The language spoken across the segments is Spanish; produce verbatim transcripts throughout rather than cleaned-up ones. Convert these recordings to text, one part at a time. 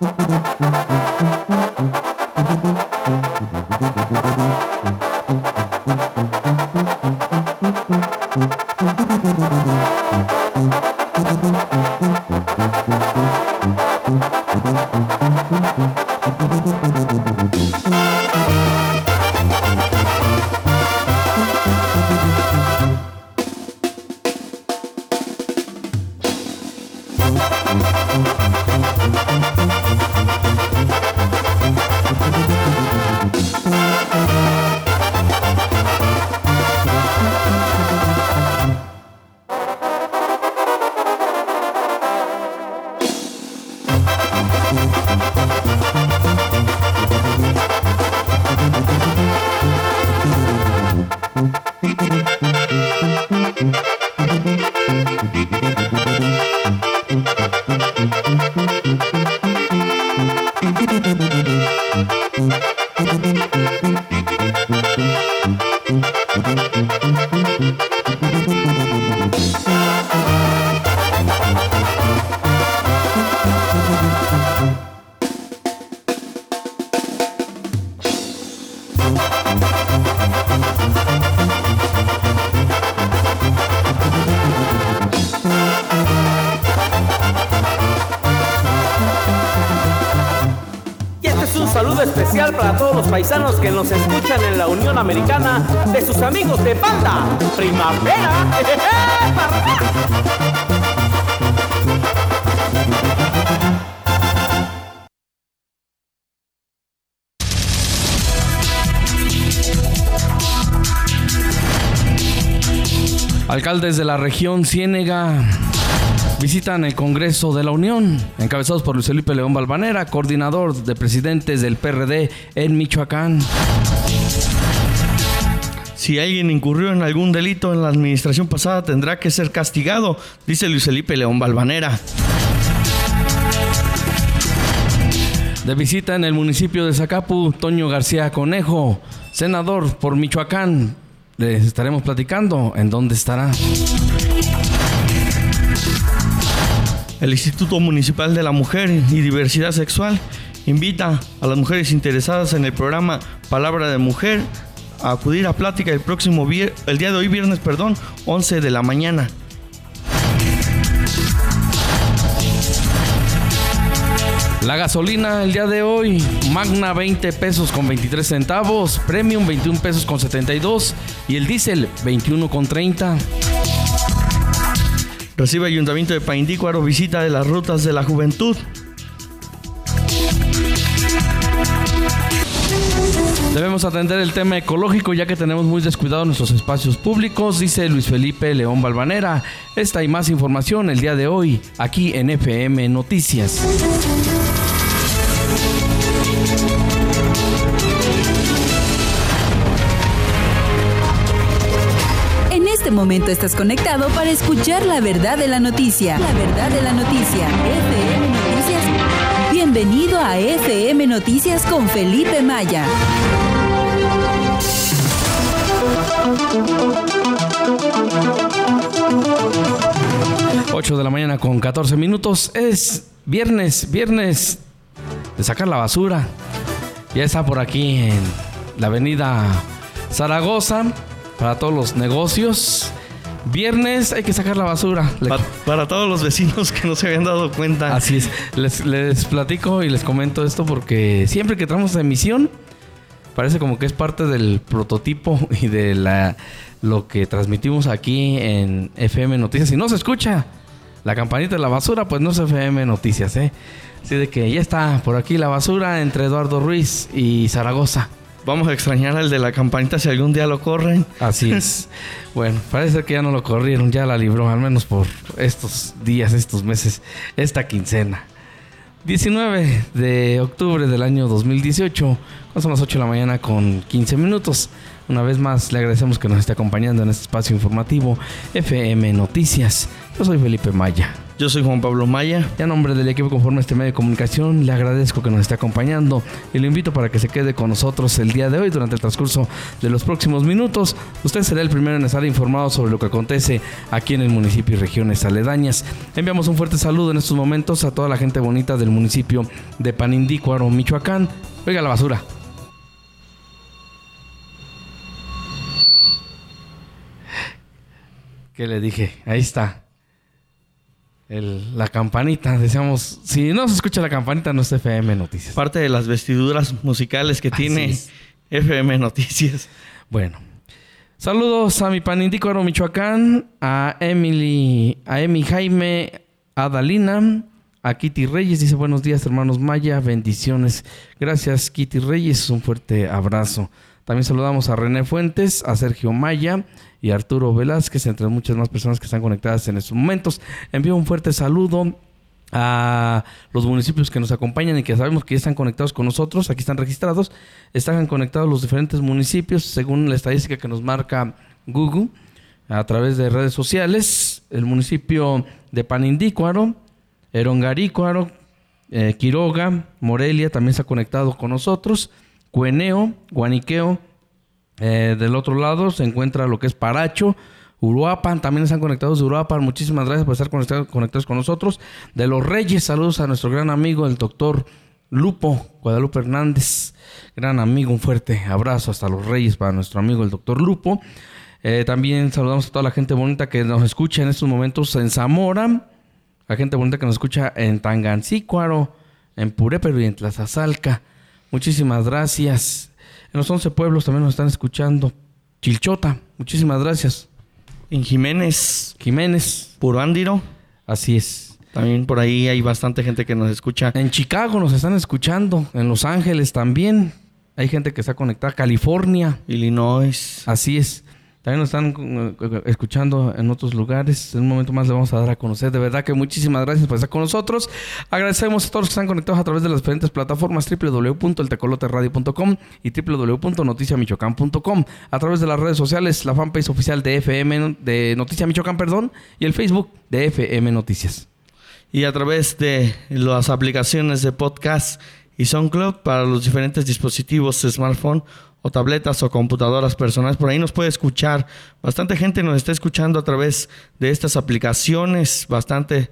Paisanos que nos escuchan en la Unión Americana, de sus amigos de Banda Primavera. Alcaldes de la región Ciénega visitan el Congreso de la Unión, encabezados por Luis Felipe León Valvanera, coordinador de presidentes del P R D en Michoacán. Si alguien incurrió en algún delito en la administración pasada, tendrá que ser castigado, dice Luis Felipe León Valvanera. De visita en el municipio de Zacapu, Toño García Conejo, senador por Michoacán. Les estaremos platicando en dónde estará. El Instituto Municipal de la Mujer y Diversidad Sexual invita a las mujeres interesadas en el programa Palabra de Mujer a acudir a plática el próximo vier- el día de hoy, viernes, perdón, once de la mañana. La gasolina el día de hoy, Magna veinte pesos con veintitrés centavos, Premium veintiún pesos con setenta y dos y el diésel veintiuno con treinta. Recibe Ayuntamiento de Paindícuaro visita de las rutas de la juventud. Debemos atender el tema ecológico ya que tenemos muy descuidados nuestros espacios públicos, dice Luis Felipe León Valvanera. Esta y más información el día de hoy, aquí en F M Noticias. En este momento estás conectado para escuchar la verdad de la noticia. La verdad de la noticia. F M Noticias. Bienvenido a F M Noticias con Felipe Maya. ocho de la mañana con catorce minutos. Es viernes, viernes de sacar la basura. Ya está por aquí en la avenida Zaragoza para todos los negocios. Viernes hay que sacar la basura. Para, para todos los vecinos que no se habían dado cuenta. Así es. Les, les platico y les comento esto porque siempre que traemos emisión parece como que es parte del prototipo y de la lo que transmitimos aquí en F M Noticias. Si no se escucha la campanita de la basura, pues no es F M Noticias, ¿eh? Así de que ya está por aquí la basura entre Eduardo Ruiz y Zaragoza. Vamos a extrañar al de la campanita si algún día lo corren. Así es. Bueno, parece que ya no lo corrieron, ya la libró, al menos por estos días, estos meses, esta quincena. diecinueve de octubre del año dos mil dieciocho, son las ocho de la mañana con quince minutos. Una vez más le agradecemos que nos esté acompañando en este espacio informativo F M Noticias. Yo soy Felipe Maya. Yo soy Juan Pablo Maya. Y a nombre del equipo conforme este medio de comunicación, le agradezco que nos esté acompañando y lo invito para que se quede con nosotros el día de hoy. Durante el transcurso de los próximos minutos, usted será el primero en estar informado sobre lo que acontece aquí en el municipio y regiones aledañas. Enviamos un fuerte saludo en estos momentos a toda la gente bonita del municipio de Panindícuaro, Michoacán. Oiga la basura. ¿Qué le dije? Ahí está. El, la campanita, decíamos, si no se escucha la campanita no es F M Noticias. Parte de las vestiduras musicales que Así tiene es. F M Noticias. Bueno, saludos a mi Panindícuaro, Michoacán, a Emily, a Emi Jaime, a Dalina, a Kitty Reyes, dice buenos días hermanos Maya, bendiciones. Gracias Kitty Reyes, un fuerte abrazo. También saludamos a René Fuentes, a Sergio Maya y a Arturo Velázquez, entre muchas más personas que están conectadas en estos momentos. Envío un fuerte saludo a los municipios que nos acompañan y que sabemos que ya están conectados con nosotros. Aquí están registrados. Están conectados los diferentes municipios según la estadística que nos marca Google a través de redes sociales. El municipio de Panindícuaro, Erongarícuaro, eh, Quiroga, Morelia también está conectado con nosotros. Cueneo, Guaniqueo, eh, del otro lado se encuentra lo que es Paracho, Uruapan, también están conectados de Uruapan, muchísimas gracias por estar conectados, conectados con nosotros. De Los Reyes, saludos a nuestro gran amigo el doctor Lupo, Guadalupe Hernández, gran amigo, un fuerte abrazo hasta Los Reyes para nuestro amigo el doctor Lupo. Eh, también saludamos a toda la gente bonita que nos escucha en estos momentos en Zamora, la gente bonita que nos escucha en Tangancícuaro, en Purépero y en Tlazazalca. Muchísimas gracias. En los once pueblos también nos están escuchando. Chilchota, muchísimas gracias. En Jiménez. Jiménez. Purándiro. Así es. También por ahí hay bastante gente que nos escucha. En Chicago nos están escuchando. En Los Ángeles también. Hay gente que está conectada. California. Illinois. Así es. También nos están escuchando en otros lugares. En un momento más le vamos a dar a conocer. De verdad que muchísimas gracias por estar con nosotros. Agradecemos a todos los que están conectados a través de las diferentes plataformas doble u doble u doble u punto el tecolote radio punto com y doble u doble u doble u punto noticia michoacán punto com. A través de las redes sociales, la fanpage oficial de F M, de Noticia Michoacán, perdón, y el Facebook de F M Noticias. Y a través de las aplicaciones de podcast y SoundCloud para los diferentes dispositivos smartphone o tabletas o computadoras personales. Por ahí nos puede escuchar. Bastante gente nos está escuchando a través de estas aplicaciones. Bastante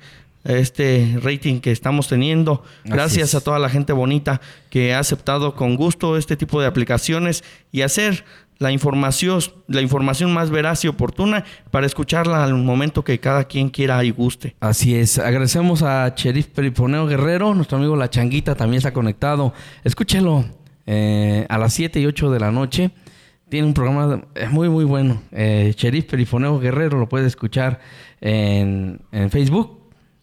este rating que estamos teniendo. Gracias a toda la gente bonita que ha aceptado con gusto este tipo de aplicaciones y hacer la información, la información más veraz y oportuna para escucharla al momento que cada quien quiera y guste. Así es. Agradecemos a Cherif Perifoneo Guerrero. Nuestro amigo La Changuita también está conectado. Escúchelo. Eh, a las siete y ocho de la noche tiene un programa muy muy bueno. eh, Cherif Perifoneo Guerrero lo puede escuchar en, en Facebook.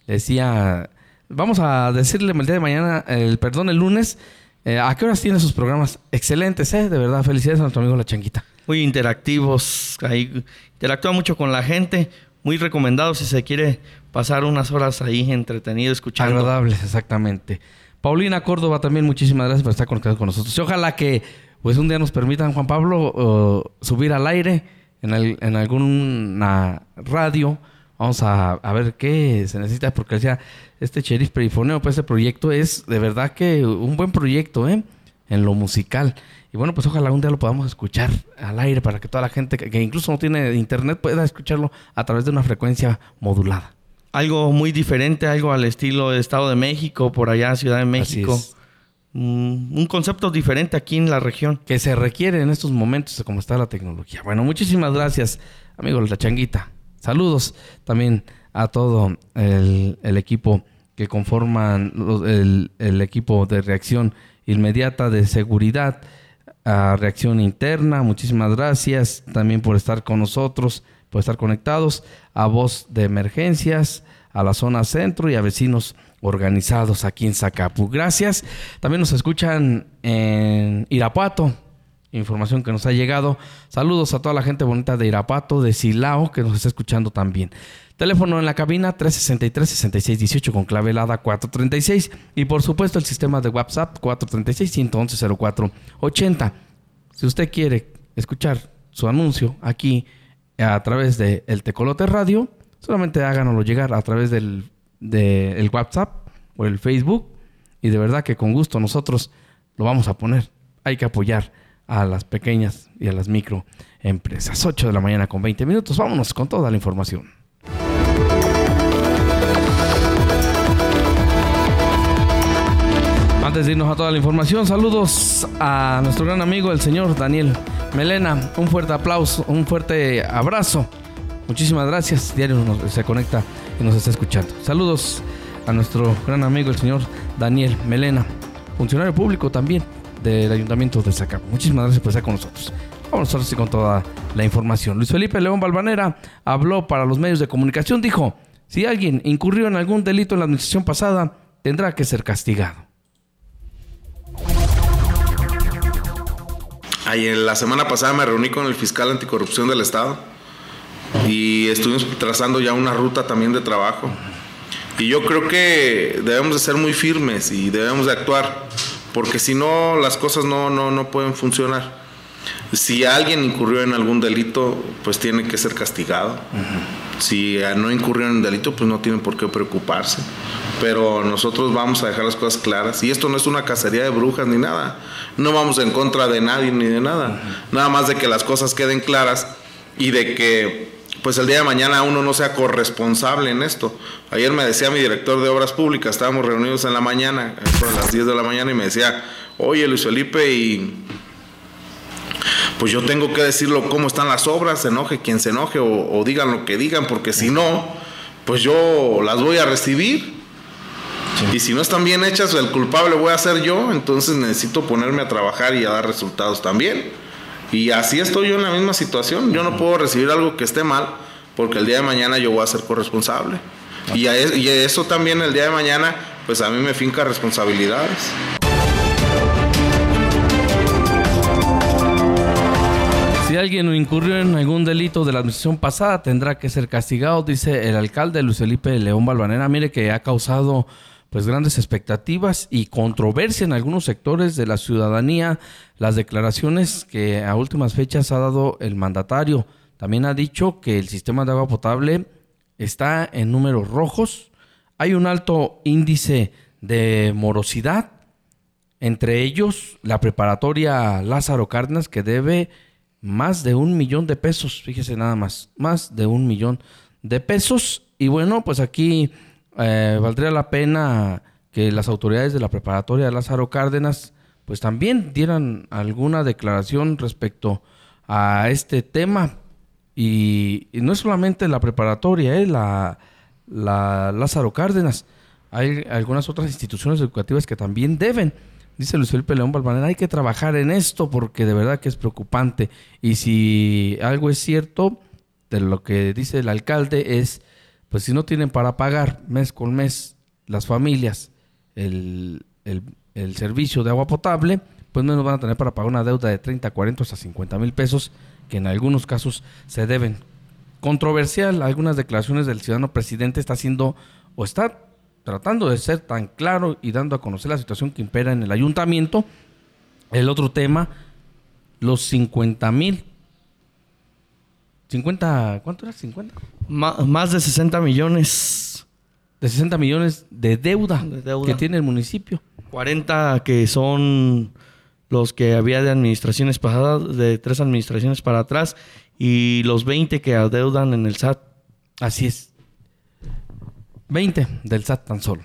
Decía, vamos a decirle el día de mañana, el perdón, el lunes, eh, ¿a qué horas tiene sus programas? Excelentes, eh, de verdad, felicidades a nuestro amigo La Changuita. Muy interactivos, ahí interactúa mucho con la gente, muy recomendado si se quiere pasar unas horas ahí entretenido escuchando. Agradables, exactamente. Paulina Córdoba también, muchísimas gracias por estar conectado con nosotros. Y ojalá que pues un día nos permitan, Juan Pablo, uh, subir al aire en, el, en alguna radio. Vamos a, a ver qué se necesita, porque decía, este Cherif Perifoneo, pues este proyecto es de verdad que un buen proyecto, ¿eh? En lo musical. Y bueno, pues ojalá un día lo podamos escuchar al aire para que toda la gente que, que incluso no tiene internet pueda escucharlo a través de una frecuencia modulada. Algo muy diferente, algo al estilo de Estado de México, por allá, Ciudad de México. Mm, un concepto diferente aquí en la región. Que se requiere en estos momentos, como está la tecnología. Bueno, muchísimas gracias, amigos La Changuita. Saludos también a todo el, el equipo que conforman los, el, el equipo de reacción inmediata de seguridad, a reacción interna. Muchísimas gracias también por estar con nosotros, por estar conectados, a Voz de Emergencias, a la zona centro y a vecinos organizados aquí en Zacapu. Gracias. También nos escuchan en Irapuato, información que nos ha llegado. Saludos a toda la gente bonita de Irapuato, de Silao, que nos está escuchando también. Teléfono en la cabina tres sesenta y tres, sesenta y seis dieciocho con clave helada cuatro treinta y seis. Y por supuesto el sistema de WhatsApp cuatro treinta y seis, ciento once, cero cuatro ochenta. Si usted quiere escuchar su anuncio aquí a través de El Tecolote Radio, solamente háganoslo llegar a través del del WhatsApp o el Facebook. Y de verdad que con gusto nosotros lo vamos a poner. Hay que apoyar a las pequeñas y a las microempresas. ocho de la mañana con veinte minutos. Vámonos con toda la información. Antes de irnos a toda la información, saludos a nuestro gran amigo, el señor Daniel Melena. Un fuerte aplauso, un fuerte abrazo. Muchísimas gracias. Diario nos, se conecta y nos está escuchando. Saludos a nuestro gran amigo, el señor Daniel Melena, funcionario público también del Ayuntamiento de Zacapu. Muchísimas gracias por estar con nosotros. Vamos ahora sí con toda la información. Luis Felipe León Balvanera habló para los medios de comunicación. Dijo, si alguien incurrió en algún delito en la administración pasada, tendrá que ser castigado. Ayer, la semana pasada me reuní con el fiscal anticorrupción del Estado y estuvimos trazando ya una ruta también de trabajo. Y yo creo que debemos de ser muy firmes y debemos de actuar, porque si no, las cosas no, no, no pueden funcionar. Si alguien incurrió en algún delito, pues tiene que ser castigado. Uh-huh. Si no incurrió en un delito, pues no tienen por qué preocuparse. Pero nosotros vamos a dejar las cosas claras. Y esto no es una cacería de brujas ni nada. No vamos en contra de nadie ni de nada. Uh-huh. Nada más de que las cosas queden claras y de que pues el día de mañana uno no sea corresponsable en esto. Ayer me decía mi director de Obras Públicas, estábamos reunidos en la mañana, a las diez de la mañana, y me decía, oye Luis Felipe, y pues yo tengo que decirlo cómo están las obras, se enoje quien se enoje, o, o digan lo que digan, porque si no, pues yo las voy a recibir. Sí. Y si no están bien hechas, el culpable voy a ser yo, entonces necesito ponerme a trabajar y a dar resultados también. Y así estoy yo en la misma situación. Yo no puedo recibir algo que esté mal, porque el día de mañana yo voy a ser corresponsable. Y a eso, y a eso también el día de mañana, pues a mí me finca responsabilidades. Si alguien incurrió en algún delito de la administración pasada, tendrá que ser castigado, dice el alcalde Luis Felipe León Balvanera. Mire que ha causado pues grandes expectativas y controversia en algunos sectores de la ciudadanía las declaraciones que a últimas fechas ha dado el mandatario. También ha dicho que el sistema de agua potable está en números rojos, hay un alto índice de morosidad, entre ellos la preparatoria Lázaro Cárdenas, que debe más de un millón de pesos, fíjese nada más, más de un millón de pesos. Y bueno, pues aquí Eh, valdría la pena que las autoridades de la preparatoria de Lázaro Cárdenas pues también dieran alguna declaración respecto a este tema. Y, y no es solamente la preparatoria, eh, la, la Lázaro Cárdenas, hay algunas otras instituciones educativas que también deben. Dice Luis Felipe León Balvanera, hay que trabajar en esto porque de verdad que es preocupante. Y si algo es cierto de lo que dice el alcalde es, pues si no tienen para pagar mes con mes las familias el, el, el servicio de agua potable, pues no nos van a tener para pagar una deuda de treinta, cuarenta, hasta cincuenta mil pesos, que en algunos casos se deben. Controversial, algunas declaraciones del ciudadano presidente está haciendo o está tratando de ser tan claro y dando a conocer la situación que impera en el ayuntamiento. El otro tema, los cincuenta mil. cincuenta, ¿cuánto era? ¿cincuenta? M- más de sesenta millones. De sesenta millones de deuda, de deuda que tiene el municipio. cuarenta que son los que había de administraciones pasadas, de tres administraciones para atrás, y los veinte que adeudan en el S A T. Así es. veinte del S A T tan solo.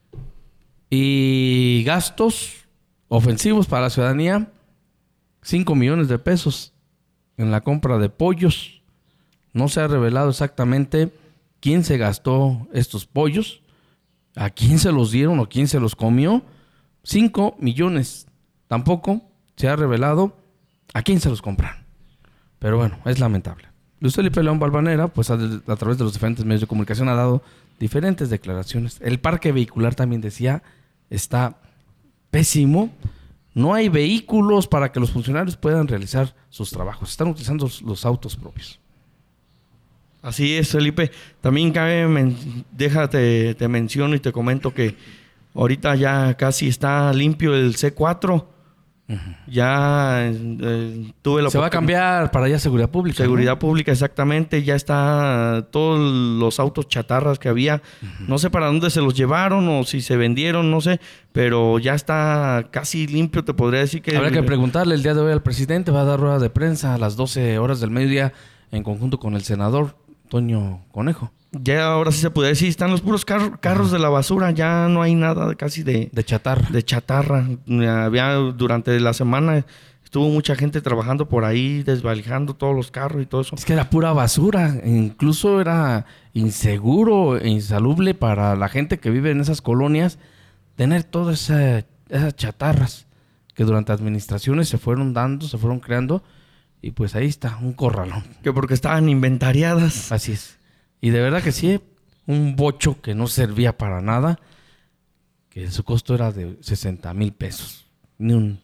Y gastos ofensivos para la ciudadanía, cinco millones de pesos en la compra de pollos. No se ha revelado exactamente quién se gastó estos pollos, a quién se los dieron o quién se los comió. cinco millones. Tampoco se ha revelado a quién se los compraron. Pero bueno, es lamentable. Luis Felipe León Balvanera, pues a, a través de los diferentes medios de comunicación ha dado diferentes declaraciones. El parque vehicular, también decía, está pésimo. No hay vehículos para que los funcionarios puedan realizar sus trabajos. Están utilizando los autos propios. Así es, Felipe. También cabe, men- déjate, te menciono y te comento que ahorita ya casi está limpio el C cuatro Uh-huh. Ya eh, tuve la Se va a cambiar para allá seguridad pública. Seguridad ¿no? pública, exactamente. Ya está todos los autos chatarras que había. Uh-huh. No sé para dónde se los llevaron o si se vendieron, no sé. Pero ya está casi limpio, te podría decir que... Habrá que preguntarle el día de hoy al presidente. Va a dar rueda de prensa a las doce horas del mediodía en conjunto con el senador Toño Conejo. Ya ahora sí se puede decir, están los puros car- carros de la basura, ya no hay nada casi de... De chatarra. De chatarra. Había, durante la semana estuvo mucha gente trabajando por ahí, desvalijando todos los carros y todo eso. Es que era pura basura, incluso era inseguro e insalubre para la gente que vive en esas colonias tener todas esa, esas chatarras que durante administraciones se fueron dando, se fueron creando y pues ahí está, un corralón. Que porque estaban inventariadas. Así es. Y de verdad que sí, un bocho que no servía para nada, que su costo era de sesenta mil pesos. Ni un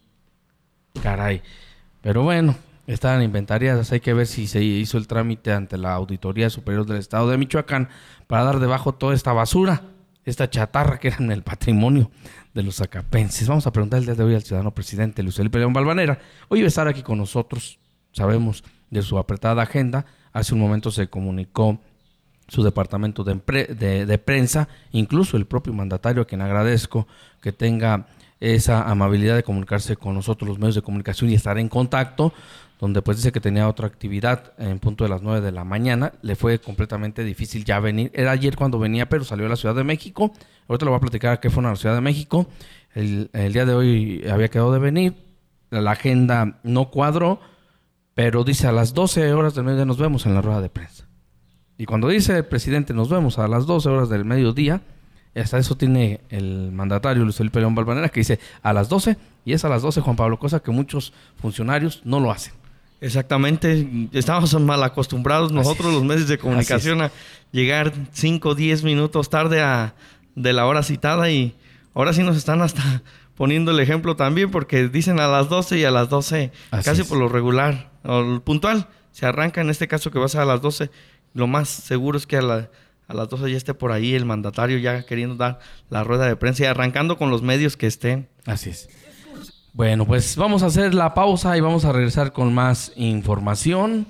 caray. Pero bueno, estaban inventariadas. Hay que ver si se hizo el trámite ante la Auditoría Superior del Estado de Michoacán para dar debajo toda esta basura, esta chatarra que era en el patrimonio de los zacapenses. Vamos a preguntar el día de hoy al ciudadano presidente Luis Felipe León Valvanera. Hoy va a estar aquí con nosotros. Sabemos de su apretada agenda. Hace un momento se comunicó su departamento de, empre- de, de prensa, incluso el propio mandatario, a quien agradezco que tenga esa amabilidad de comunicarse con nosotros los medios de comunicación y estar en contacto, donde pues dice que tenía otra actividad en punto de las nueve de la mañana, le fue completamente difícil ya venir, era ayer cuando venía, pero salió a la Ciudad de México, ahorita le voy a platicar a qué fue a la Ciudad de México, el, el día de hoy había quedado de venir, la agenda no cuadró, pero dice a las doce horas del mediodía nos vemos en la rueda de prensa. Y cuando dice el presidente nos vemos a las doce horas del mediodía, hasta eso tiene el mandatario Luis Felipe León Valvanera, que dice a las doce, y es a las doce, Juan Pablo, cosa que muchos funcionarios no lo hacen. Exactamente, estamos mal acostumbrados nosotros los medios de comunicación a llegar cinco o diez minutos tarde a, de la hora citada, y ahora sí nos están hasta poniendo el ejemplo también, porque dicen a las doce y a las doce, así casi es. Por lo regular, o puntual, se arranca en este caso que vas a las doce. Lo más seguro es que a, la, a las doce ya esté por ahí el mandatario ya queriendo dar la rueda de prensa y arrancando con los medios que estén. Así es. Bueno, pues vamos a hacer la pausa y vamos a regresar con más información.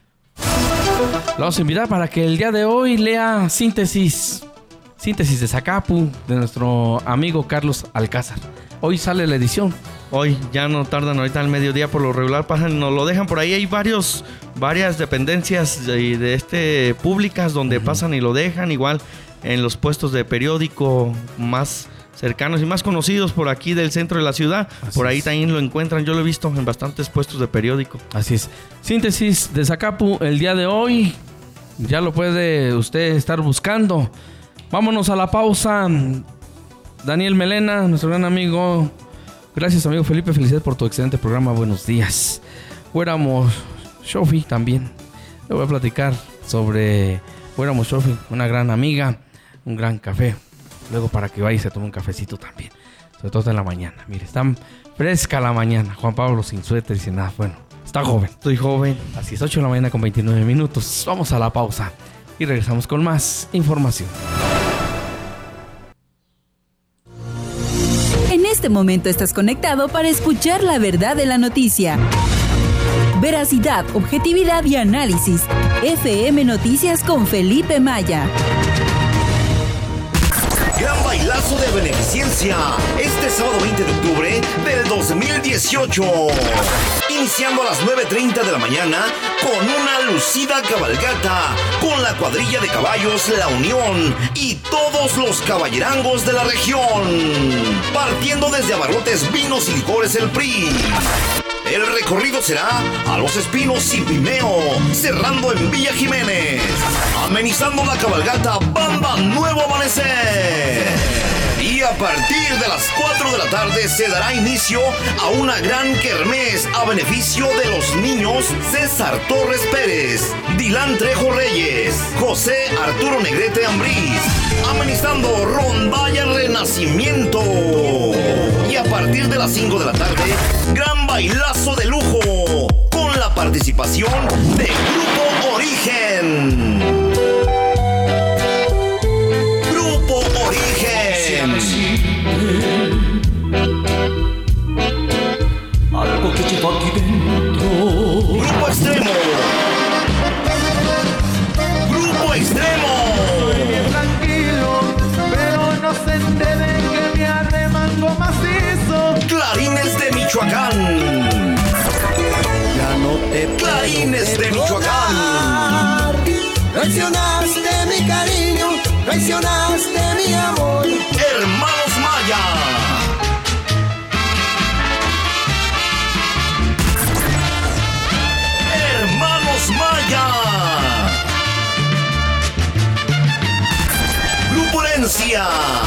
Lo vamos a invitar para que el día de hoy lea Síntesis. Síntesis de Zacapu de nuestro amigo Carlos Alcázar. Hoy sale la edición. Hoy ya no tardan ahorita al mediodía, por lo regular pasan, nos lo dejan por ahí. Hay varios, varias dependencias de, de este públicas donde uh-huh. pasan y lo dejan, igual en los puestos de periódico más cercanos y más conocidos por aquí del centro de la ciudad. Así por ahí es. También lo encuentran, yo lo he visto en bastantes puestos de periódico. Así es. Síntesis de Zacapu el día de hoy, ya lo puede usted estar buscando. Vámonos a la pausa. Daniel Melena, nuestro gran amigo. Gracias, amigo Felipe. Felicidades por tu excelente programa. Buenos días. Fuéramos Shofi también. Le voy a platicar sobre Fuéramos Shofi, una gran amiga, un gran café. Luego para que vaya y se tome un cafecito también. Sobre todo en la mañana. Mire, está fresca la mañana. Juan Pablo sin suéter y sin nada. Bueno, está joven. Estoy joven. Así es, ocho de la mañana con veintinueve minutos. Vamos a la pausa y regresamos con más información. En este momento estás conectado para escuchar la verdad de la noticia. Veracidad, objetividad y análisis. F M Noticias con Felipe Maya. Gran bailazo de beneficencia este sábado veinte de octubre del dos mil dieciocho. Iniciando a las nueve treinta de la mañana con una lucida cabalgata con la cuadrilla de caballos La Unión y todos los caballerangos de la región. Partiendo desde Abarrotes, Vinos y Licores El P R I. El recorrido será a Los Espinos y Pimeo, cerrando en Villa Jiménez. Amenizando la cabalgata Bamba Nuevo Amanecer. Y a partir de las cuatro de la tarde se dará inicio a una gran kermés a beneficio de los niños César Torres Pérez, Dilán Trejo Reyes, José Arturo Negrete Ambriz, amenizando Rondalla Renacimiento. Y a partir de las cinco de la tarde, gran bailazo de lujo con la participación de Grupo Origen. Grupo Origen. Michoacán. Ya no te Clarines de Michoacán. Traicionaste mi cariño, traicionaste mi amor. Hermanos Maya. Hermanos Maya. Grupo Herencia.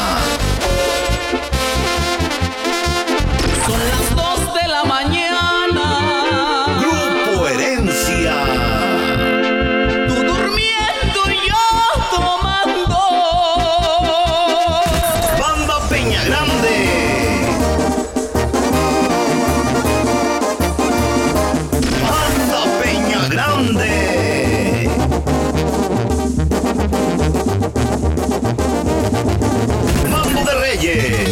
Son las dos de la mañana. Grupo Herencia. Tú durmiendo y yo tomando. Banda Peña Grande. Banda Peña Grande. Mando de Reyes.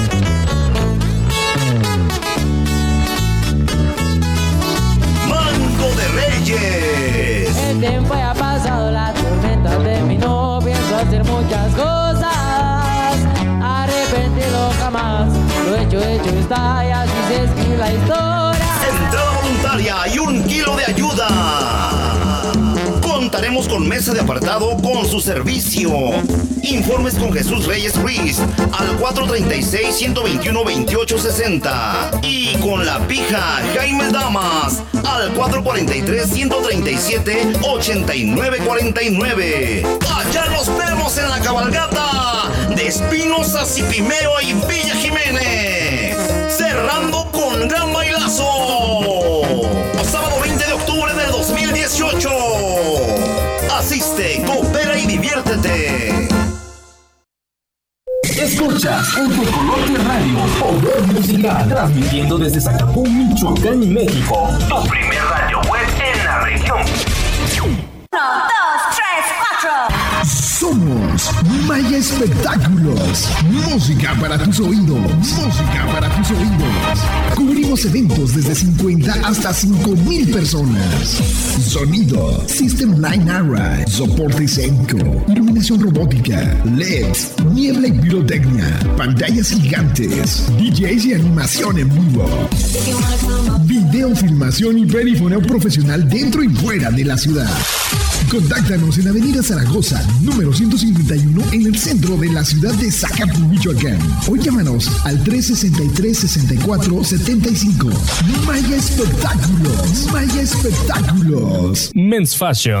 Mando de Reyes. El tiempo ya ha pasado, la tormenta terminó. Pienso hacer muchas cosas, arrepentirlo jamás. Lo hecho, hecho está, y así se escribe la historia. Entrada voluntaria y un kilo de ayuda. Contaremos con mesa de apartado con su servicio. Informes con Jesús Reyes Ruiz al cuatro treinta y seis, ciento veintiuno, veintiocho sesenta. Y con la pija Jaime Damas al cuatro cuarenta y tres, ciento treinta y siete, ochenta y nueve cuarenta y nueve. Allá nos vemos en la cabalgata de Espinosa, Cipimeo y Villa Jiménez. Cerrando con gran bailazo. Sábado veinte de octubre del dos mil dieciocho. Asiste, coopera y diviértete. Escuchas en Tecolote Radio, Poder Musical, transmitiendo desde Zacapún, Michoacán, México. Tu primer radio web en la región. Uno, dos, tres, cuatro. Somos Maya Espectáculos. Música para tus oídos. Música para tus oídos. Cubrimos eventos desde cincuenta hasta cinco mil personas. Sonido, System Line Array, soporte escénico, iluminación robótica, L E Ds, niebla y pirotecnia, pantallas gigantes, D Js y animación en vivo. Video, filmación y perifoneo profesional dentro y fuera de la ciudad. Contáctanos en Avenida Zaragoza, número ciento cincuenta y uno, en el centro de la ciudad de Zacapú, Michoacán. O llámanos al tres sesenta y tres, sesenta y cuatro, setenta y cinco. Maya Espectáculos. Maya Espectáculos. Men's Fashion.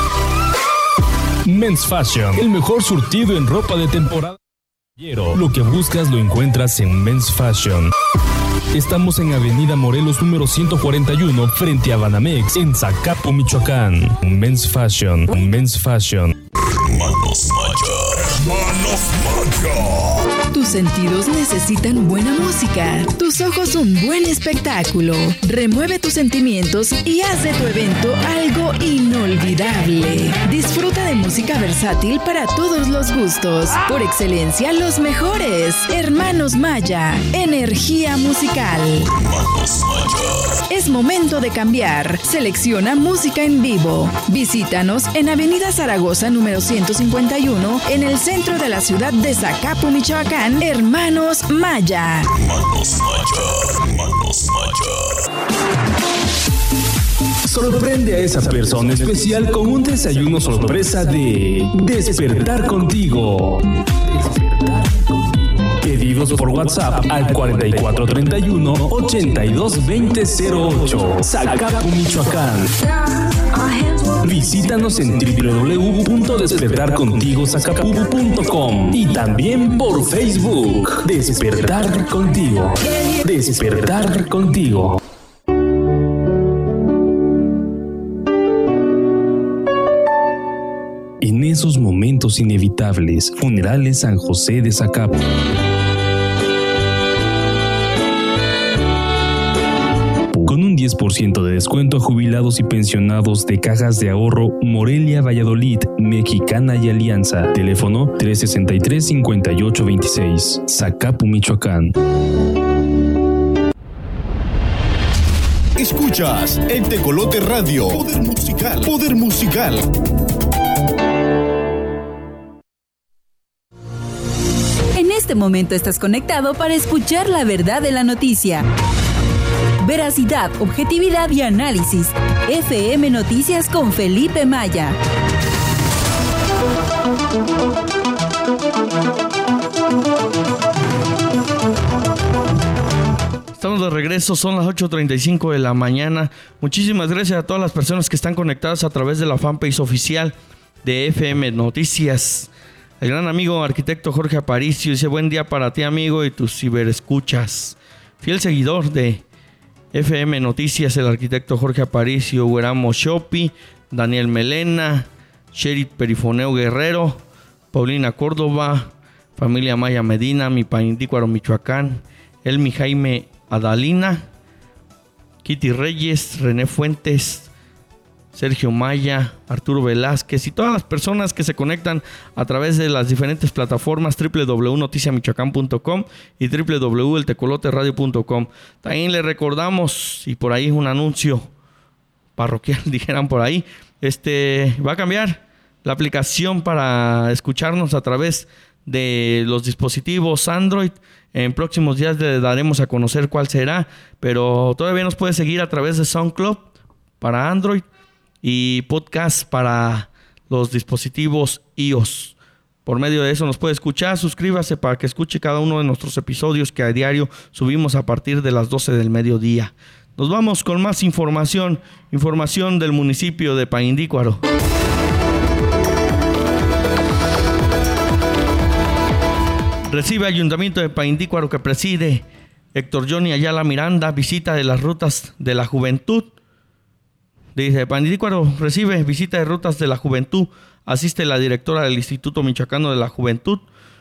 Men's Fashion, el mejor surtido en ropa de temporada. Lo que buscas lo encuentras en Men's Fashion. Estamos en Avenida Morelos número ciento cuarenta y uno, frente a Banamex, en Zacapú, Michoacán. Men's Fashion, Men's Fashion. Hermanos Maya. Hermanos Maya. Tus sentidos necesitan buena música. Tus ojos un buen espectáculo. Remueve tus sentimientos y haz de tu evento algo inolvidable. Disfruta de música versátil para todos los gustos. Por excelencia, los mejores. Hermanos Maya. Energía musical. Hermanos Maya. Es momento de cambiar. Selecciona música en vivo. Visítanos en Avenida Zaragoza número ciento cincuenta y uno, en el centro de la ciudad de Zacapú, Michoacán. Hermanos Maya. Hermanos Maya. Hermanos Maya. Sorprende a esa persona especial con un desayuno sorpresa de Despertar Contigo. Despertar Contigo. Pedidos por WhatsApp al cuarenta y cuatro treinta y uno, ochenta y dos veinte cero ocho. Zacapú, Michoacán. Visítanos en doble u doble u doble u punto despertar contigo zacapú punto com y también por Facebook. Despertar Contigo. Despertar Contigo. En esos momentos inevitables, Funerales San José de Zacapú. Con un diez por ciento de descuento a jubilados y pensionados de Cajas de Ahorro Morelia, Valladolid, Mexicana y Alianza. Teléfono tres sesenta y tres, cincuenta y ocho veintiséis. Zacapú, Michoacán. Escuchas en Tecolote Radio. Poder musical. Poder musical. En este momento estás conectado para escuchar la verdad de la noticia. Veracidad, objetividad y análisis. F M Noticias con Felipe Maya. Estamos de regreso, son las ocho treinta y cinco de la mañana. Muchísimas gracias a todas las personas que están conectadas a través de la fanpage oficial de F M Noticias. El gran amigo arquitecto Jorge Aparicio dice: buen día para ti, amigo, y tus ciberescuchas. Fiel seguidor de F M Noticias, el arquitecto Jorge Aparicio, Hueramo Shopi, Daniel Melena, Sherit Perifoneo Guerrero, Paulina Córdoba, familia Maya Medina, mi Paindícuaro, Michoacán, Elmi Jaime Adalina, Kitty Reyes, René Fuentes, Sergio Maya, Arturo Velázquez y todas las personas que se conectan a través de las diferentes plataformas doble u doble u doble u punto noticia michoacán punto com y doble u doble u doble u punto el tecolote radio punto com. También les recordamos, y por ahí un anuncio parroquial, dijeran por ahí, este va a cambiar la aplicación para escucharnos a través de los dispositivos Android. En próximos días le daremos a conocer cuál será, pero todavía nos puede seguir a través de SoundCloud para Android y podcast para los dispositivos iOS. Por medio de eso nos puede escuchar. Suscríbase para que escuche cada uno de nuestros episodios que a diario subimos a partir de las doce del mediodía. Nos vamos con más información, información del municipio de Paindícuaro. Recibe Ayuntamiento de Paindícuaro que preside Héctor Johnny Ayala Miranda, visita de las rutas de la juventud. Dice: Paindícuaro recibe visita de rutas de la juventud. Asiste la directora del Instituto Michoacano de la Juventud,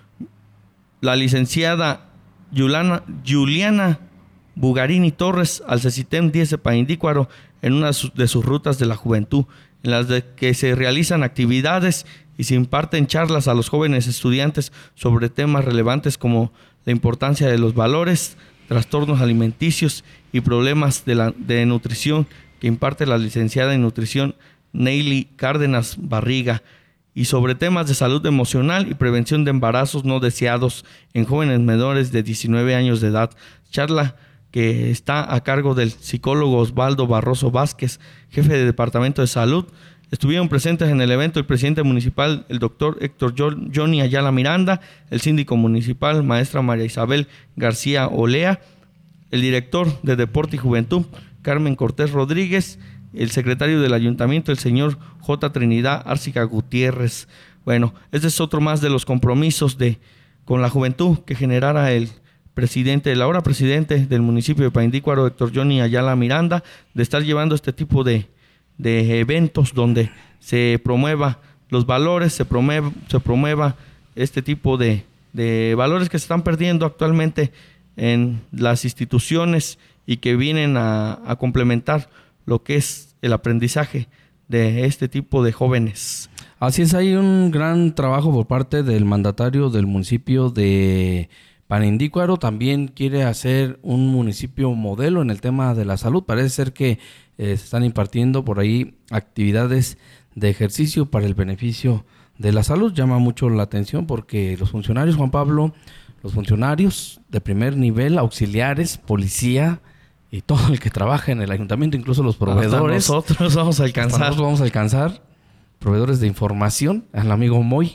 la licenciada Yulana, Juliana Bugarini Torres, al CECITEM diez de Paindícuaro, en una de sus rutas de la juventud, en las de que se realizan actividades y se imparten charlas a los jóvenes estudiantes sobre temas relevantes como la importancia de los valores, trastornos alimenticios y problemas de, la, de nutrición, que imparte la licenciada en nutrición Neily Cárdenas Barriga, y sobre temas de salud emocional y prevención de embarazos no deseados en jóvenes menores de diecinueve años de edad. Charla que está a cargo del psicólogo Osvaldo Barroso Vázquez, jefe de Departamento de Salud. Estuvieron presentes en el evento el presidente municipal, el doctor Héctor Johnny Ayala Miranda, el síndico municipal, maestra María Isabel García Olea, el director de Deporte y Juventud, Carmen Cortés Rodríguez, el secretario del ayuntamiento, el señor J. Trinidad Árciga Gutiérrez. Bueno, este es otro más de los compromisos de con la juventud que generara el presidente, el ahora presidente del municipio de Paindícuaro, Héctor Johnny Ayala Miranda, de estar llevando este tipo de, de eventos donde se promueva los valores, se promueva, se promueva este tipo de, de valores que se están perdiendo actualmente en las instituciones y que vienen a, a complementar lo que es el aprendizaje de este tipo de jóvenes. Así es, hay un gran trabajo por parte del mandatario del municipio de Paindícuaro. También quiere hacer un municipio modelo en el tema de la salud. Parece ser que eh, se están impartiendo por ahí actividades de ejercicio para el beneficio de la salud. Llama mucho la atención porque los funcionarios, Juan Pablo, los funcionarios de primer nivel, auxiliares, policía y todo el que trabaja en el ayuntamiento, incluso los proveedores. Hasta nosotros vamos a alcanzar. Nosotros vamos a alcanzar proveedores de información. El amigo Moy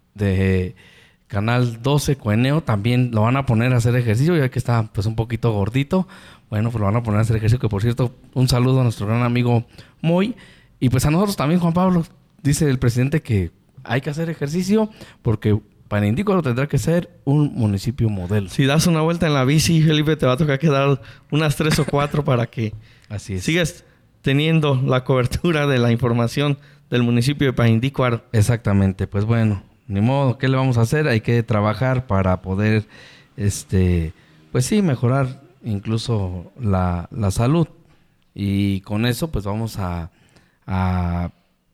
de Canal doce, Coeneo, también lo van a poner a hacer ejercicio, ya que está pues un poquito gordito. Bueno, pues lo van a poner a hacer ejercicio, que por cierto, un saludo a nuestro gran amigo Moy. Y pues a nosotros también, Juan Pablo, dice el presidente que hay que hacer ejercicio porque Paindícuaro tendrá que ser un municipio modelo. Si das una vuelta en la bici, Felipe, te va a tocar quedar unas tres o cuatro para que Así es. sigas teniendo la cobertura de la información del municipio de Paindícuaro. Exactamente, pues bueno, ni modo, ¿qué le vamos a hacer? Hay que trabajar para poder, este, pues sí, mejorar incluso la, la salud. Y con eso, pues vamos a, a,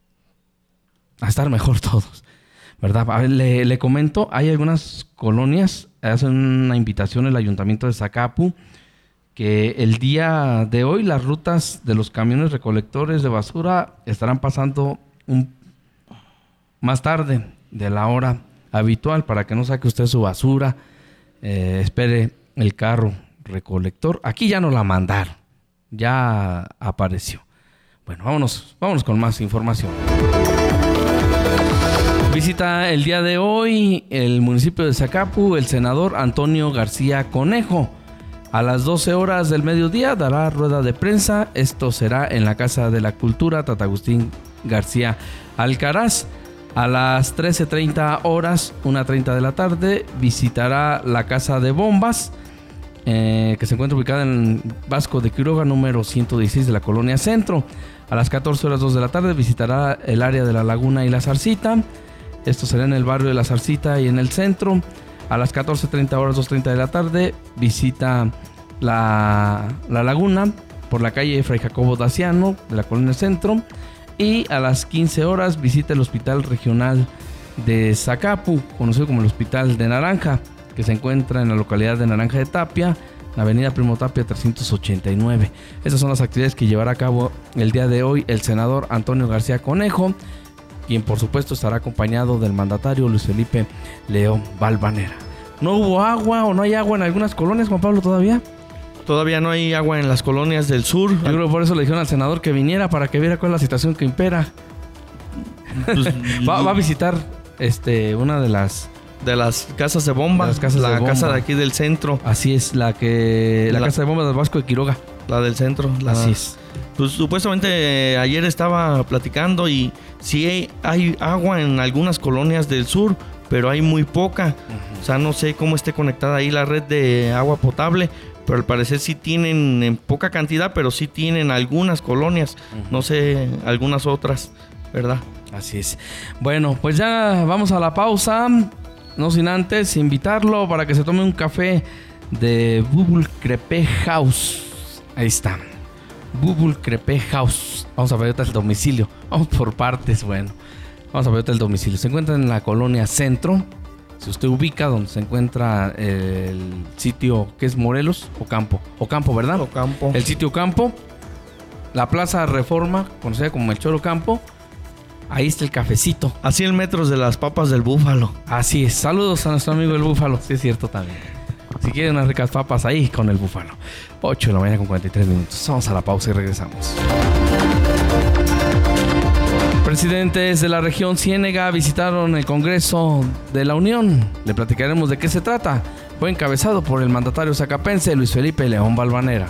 a estar mejor todos, ¿verdad? A ver, le, le comento, hay algunas colonias, hacen una invitación el Ayuntamiento de Zacapu, que el día de hoy las rutas de los camiones recolectores de basura estarán pasando un, más tarde de la hora habitual para que no saque usted su basura, eh, espere el carro recolector. Aquí ya no la mandaron, ya apareció. Bueno, vámonos, vámonos con más información. Visita el día de hoy el municipio de Zacapu el senador Antonio García Conejo. A las doce horas del mediodía dará rueda de prensa. Esto será en la Casa de la Cultura Tata Agustín García Alcaraz. A las trece treinta horas, una treinta de la tarde, visitará la Casa de Bombas, eh, que se encuentra ubicada en Vasco de Quiroga, número ciento dieciséis de la Colonia Centro. A las catorce horas dos de la tarde visitará el área de la Laguna y la Zarcita. Esto será en el barrio de la Zarcita y en el centro. A las catorce treinta horas, dos treinta de la tarde, visita la, la Laguna por la calle Fray Jacobo Daciano de la Colonia Centro. Y a las quince horas visita el Hospital Regional de Zacapu, conocido como el Hospital de Naranja, que se encuentra en la localidad de Naranja de Tapia, la avenida Primo Tapia trescientos ochenta y nueve. Estas son las actividades que llevará a cabo el día de hoy el senador Antonio García Conejo, quien por supuesto estará acompañado del mandatario Luis Felipe León Valvanera. ¿No hubo agua o no hay agua en algunas colonias, Juan Pablo, todavía? Todavía no hay agua en las colonias del sur. Yo creo que por eso le dijeron al senador que viniera para que viera cuál es la situación que impera. Pues, va, va a visitar este una de las de las casas de bomba, de las casas la de bomba. casa de aquí del centro. Así es, la que la, la casa de bomba del Vasco de Quiroga, la del centro. La, Así es. Pues supuestamente eh, ayer estaba platicando y sí hay, hay agua en algunas colonias del sur, pero hay muy poca. Uh-huh. O sea, no sé cómo esté conectada ahí la red de agua potable. Pero al parecer sí tienen en poca cantidad, pero sí tienen algunas colonias, uh-huh. no sé, algunas otras, ¿verdad? Así es. Bueno, pues ya vamos a la pausa, no sin antes invitarlo para que se tome un café de Bubble Crepe House. Ahí está, Bubble Crepe House. Vamos a ver ahorita el domicilio, vamos por partes, bueno. Vamos a ver ahorita el domicilio. Se encuentra en la colonia Centro. Si usted ubica donde se encuentra el sitio que es Morelos, Ocampo. Ocampo, ¿verdad? Ocampo. El sitio Ocampo, la Plaza Reforma, conocida como el Choro Campo. Ahí está el cafecito. A cien metros de las papas del Búfalo. Así es. Saludos a nuestro amigo el Búfalo. Sí, es cierto también. Si quieren unas ricas papas, ahí con el Búfalo. ocho de la mañana con cuarenta y tres minutos. Vamos a la pausa y regresamos. Presidentes de la región Ciénega visitaron el Congreso de la Unión. Le platicaremos de qué se trata. Fue encabezado por el mandatario zacapense Luis Felipe León Valvanera.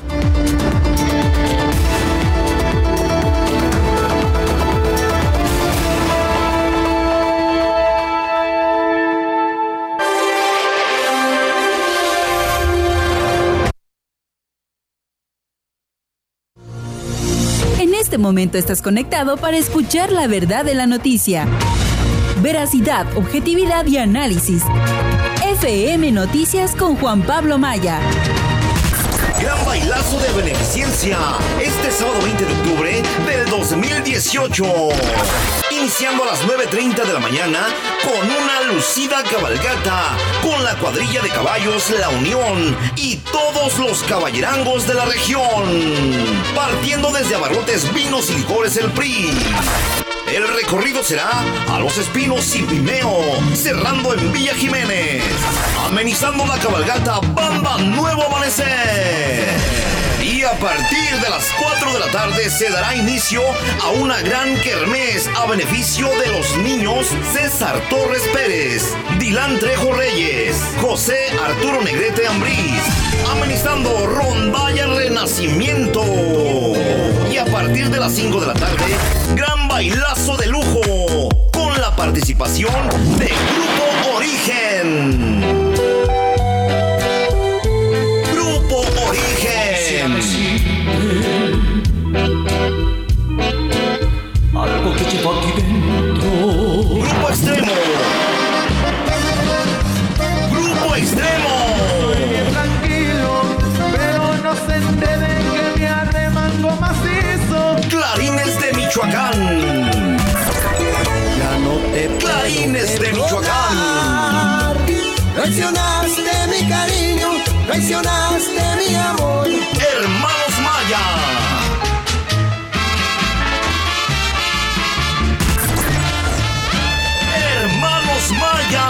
En este momento estás conectado para escuchar la verdad de la noticia. Veracidad, objetividad y análisis. F M Noticias con Juan Pablo Maya. Gran bailazo de beneficencia este sábado veinte de octubre del dos mil dieciocho. Iniciando a las nueve treinta de la mañana con una lucida cabalgata con la cuadrilla de caballos La Unión y todos los caballerangos de la región. Partiendo desde Abarrotes Vinos y Licores El P R I. El recorrido será a Los Espinos y Pimeo, cerrando en Villa Jiménez. Amenizando la cabalgata Banda Nuevo Amanecer. Y a partir de las cuatro de la tarde se dará inicio a una gran kermés a beneficio de los niños César Torres Pérez, Dilán Trejo Reyes, José Arturo Negrete Ambriz, amenizando Rondalla Renacimiento. Y a partir de las cinco de la tarde, gran bailazo de lujo con la participación de Grupo Origen. Grupo Origen. Algo que llevo aquí dentro. Grupo Extremo. Grupo Extremo. Tranquilo, pero no se enteren que me arremango macizo. Clarines de Michoacán. Ya no te Clarines de Michoacán. Traicionaste mi cariño, traicionaste mi amor. Hermanos Maya. Hermanos Maya.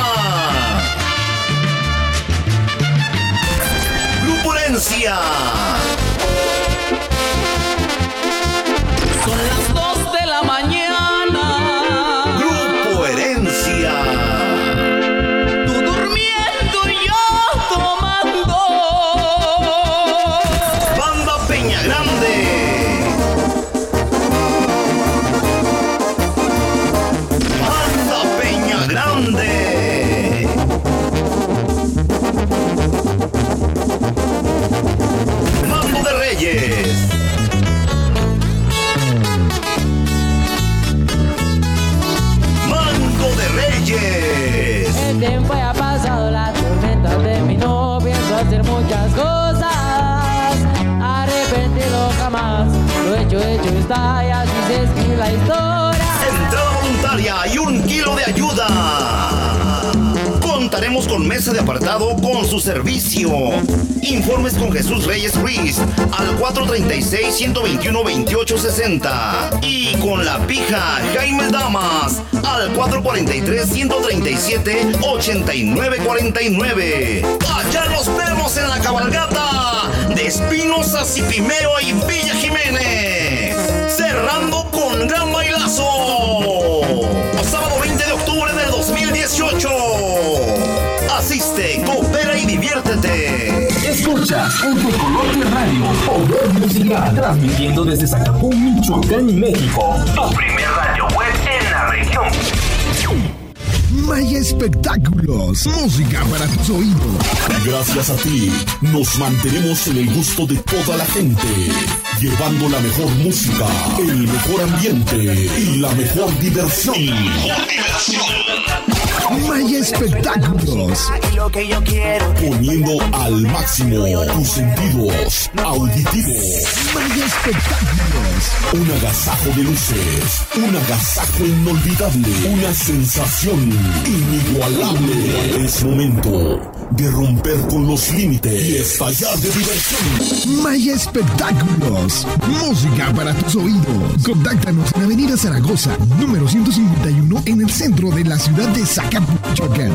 Grupo Herencia. Son las dos de la mañana. Grupo Herencia. Tú durmiendo y yo tomando. Banda Peña Grande. Banda Peña Grande. Mambo de Reyes. Mango de Reyes. El tiempo ya ha pasado, la tormenta terminó. Pienso hacer muchas cosas, arrepentido jamás. Lo hecho, hecho está, y así se escribe la historia. Entrada voluntaria y un kilo de ayuda. Contaremos con mesa de apartado con su servicio. Informes con Jesús Reyes Ruiz al cuatro treinta y seis, ciento veintiuno, veintiocho sesenta. Y con la pija Jaime Damas al cuatro cuarenta y tres, ciento treinta y siete, ochenta y nueve cuarenta y nueve. Allá nos vemos en la cabalgata de Espinosa, Cipimeo y Villa Jiménez. Cerrando con gran bailazo. Sábado veinte de octubre del dos mil dieciocho. Asiste, coopera y diviértete. Escuchas en Tecolote Radio, Poder Musical, transmitiendo desde Zacapún, Michoacán, México. Tu primer radio web en la región. Maya Espectáculos, música para tus oídos. Gracias a ti, nos mantenemos en el gusto de toda la gente, llevando la mejor música, el mejor ambiente y la mejor diversión. Maya Espectáculos, poniendo al máximo tus sentidos auditivos. Maya Espectáculos, un agasajo de luces, un agasajo inolvidable, una sensación inigualable. Es momento de romper con los límites y estallar de diversión. Maya Espectáculos, música para tus oídos. Contáctanos en Avenida Zaragoza, número ciento cincuenta y uno, en el centro de la ciudad de Zacapú, Michoacán.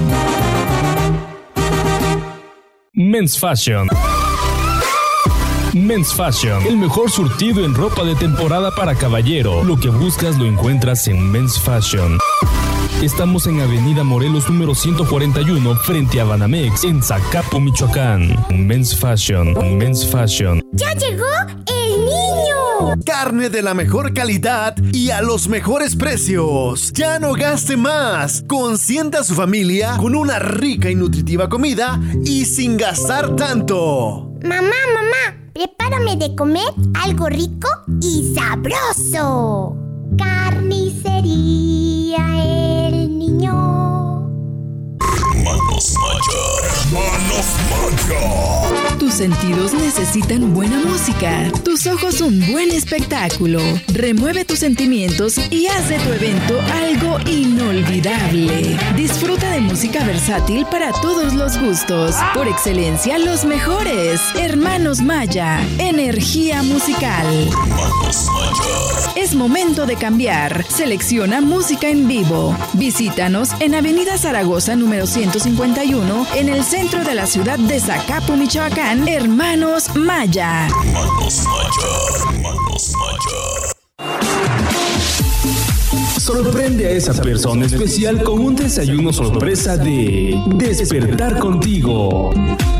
Men's Fashion. Men's Fashion, el mejor surtido en ropa de temporada para caballero. Lo que buscas lo encuentras en Men's Fashion. Estamos en Avenida Morelos número ciento cuarenta y uno, frente a Banamex, en Zacapú, Michoacán. Men's Fashion, Men's Fashion. ¡Ya llegó el niño! Carne de la mejor calidad y a los mejores precios. Ya no gaste más. Consienta a su familia con una rica y nutritiva comida y sin gastar tanto. Mamá, mamá, prepárame de comer algo rico y sabroso. Carnicería El Niño. Manos Maya. Manos Maya. Tus sentidos necesitan buena música, tus ojos un buen espectáculo. Remueve tus sentimientos y haz de tu evento algo inolvidable. Disfruta de música versátil para todos los gustos. Por excelencia, los mejores. Hermanos Maya, energía musical. Manos Maya. Es momento de cambiar. Selecciona música en vivo. Visítanos en Avenida Zaragoza número ciento cincuenta y uno, en el centro de la ciudad de Zacapú, Michoacán. Hermanos Maya. Manos Maya. Manos Maya. Sorprende a esa persona especial con un desayuno sorpresa de Despertar Contigo.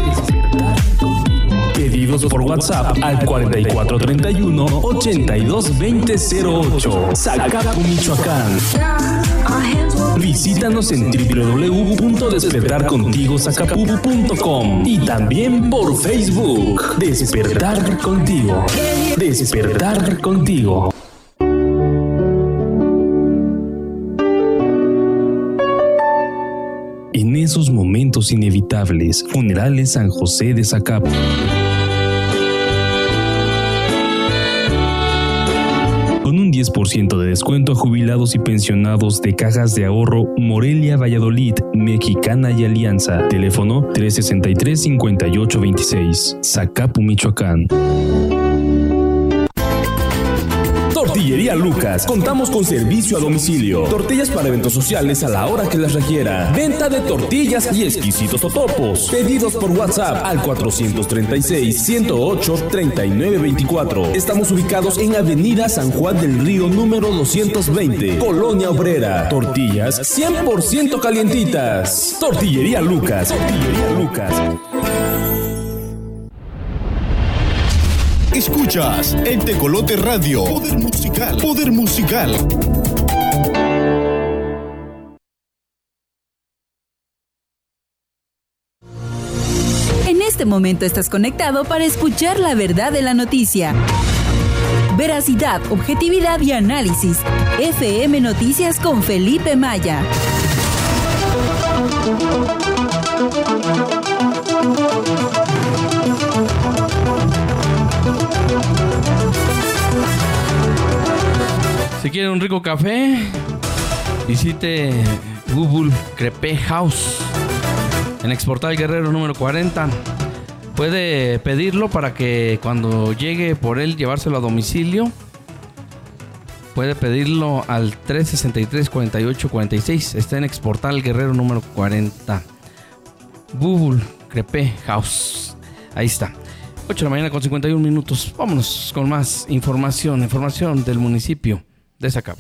Pedidos por WhatsApp al cuarenta y cuatro treinta y uno, ochenta y dos veinte cero ocho. Zacapú, Michoacán. Visítanos en doble u doble u doble u punto despertar contigo zacapú punto com y también por Facebook. Despertar Contigo. Despertar Contigo. En esos momentos inevitables, Funerales San José de Zacapú. Con un diez por ciento de descuento a jubilados y pensionados de Cajas de Ahorro Morelia, Valladolid, Mexicana y Alianza. Teléfono tres sesenta y tres, cincuenta y ocho veintiséis. Zacapú, Michoacán. Tortillería Lucas. Contamos con servicio a domicilio. Tortillas para eventos sociales a la hora que las requiera. Venta de tortillas y exquisitos totopos. Pedidos por WhatsApp al cuatrocientos treinta y seis, ciento ocho, treinta y nueve veinticuatro. Estamos ubicados en Avenida San Juan del Río número doscientos veinte, Colonia Obrera. Tortillas cien por ciento calientitas. Tortillería Lucas. Tortillería Lucas. Escuchas en Tecolote Radio. Poder musical. Poder musical. En este momento estás conectado para escuchar la verdad de la noticia. Veracidad, objetividad y análisis. F M Noticias con Felipe Maya. Si quiere un rico café, visite Google Crepe House en Exportal Guerrero número cuarenta. Puede pedirlo para que cuando llegue por él llevárselo a domicilio. Puede pedirlo al tres sesenta y tres, cuarenta y ocho, cuarenta y seis. Está en Exportal Guerrero número cuarenta. Google Crepe House. Ahí está. ocho de la mañana con cincuenta y un minutos. Vámonos con más información. Información del municipio de Zacapu.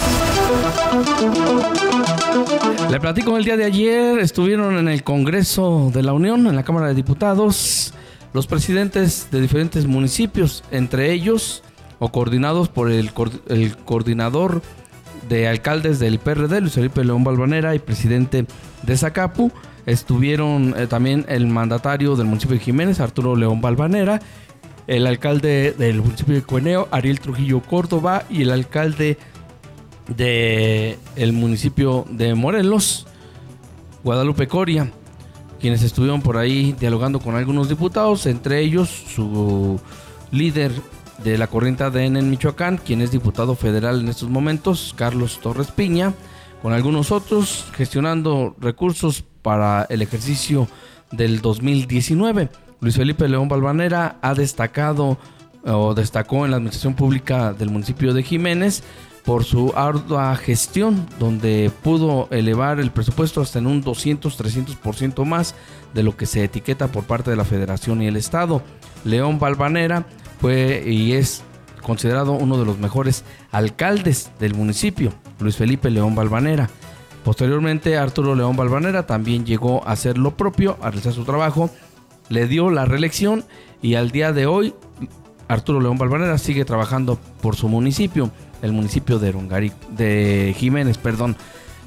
Le platico, el día de ayer estuvieron en el Congreso de la Unión, en la Cámara de Diputados, los presidentes de diferentes municipios, entre ellos o coordinados por el, el coordinador de alcaldes del P R D, Luis Felipe León Balvanera, y presidente de Zacapu. Estuvieron eh, también el mandatario del municipio de Jiménez, Arturo León Balvanera, el alcalde del municipio de Cueneo, Ariel Trujillo Córdoba, y el alcalde del municipio de Morelos, Guadalupe Coria, quienes estuvieron por ahí dialogando con algunos diputados, entre ellos su líder de la corriente A D N en Michoacán, quien es diputado federal en estos momentos, Carlos Torres Piña, con algunos otros, gestionando recursos para el ejercicio del dos mil diecinueve. Luis Felipe León Balvanera ha destacado o destacó en la administración pública del municipio de Jiménez por su ardua gestión, donde pudo elevar el presupuesto hasta en un doscientos, trescientos por ciento más de lo que se etiqueta por parte de la Federación y el Estado. León Balvanera fue y es considerado uno de los mejores alcaldes del municipio, Luis Felipe León Balvanera. Posteriormente, Arturo León Balvanera también llegó a hacer lo propio, a realizar su trabajo, le dio la reelección y al día de hoy Arturo León Balvanera sigue trabajando por su municipio, el municipio de Rongari, de Jiménez, perdón.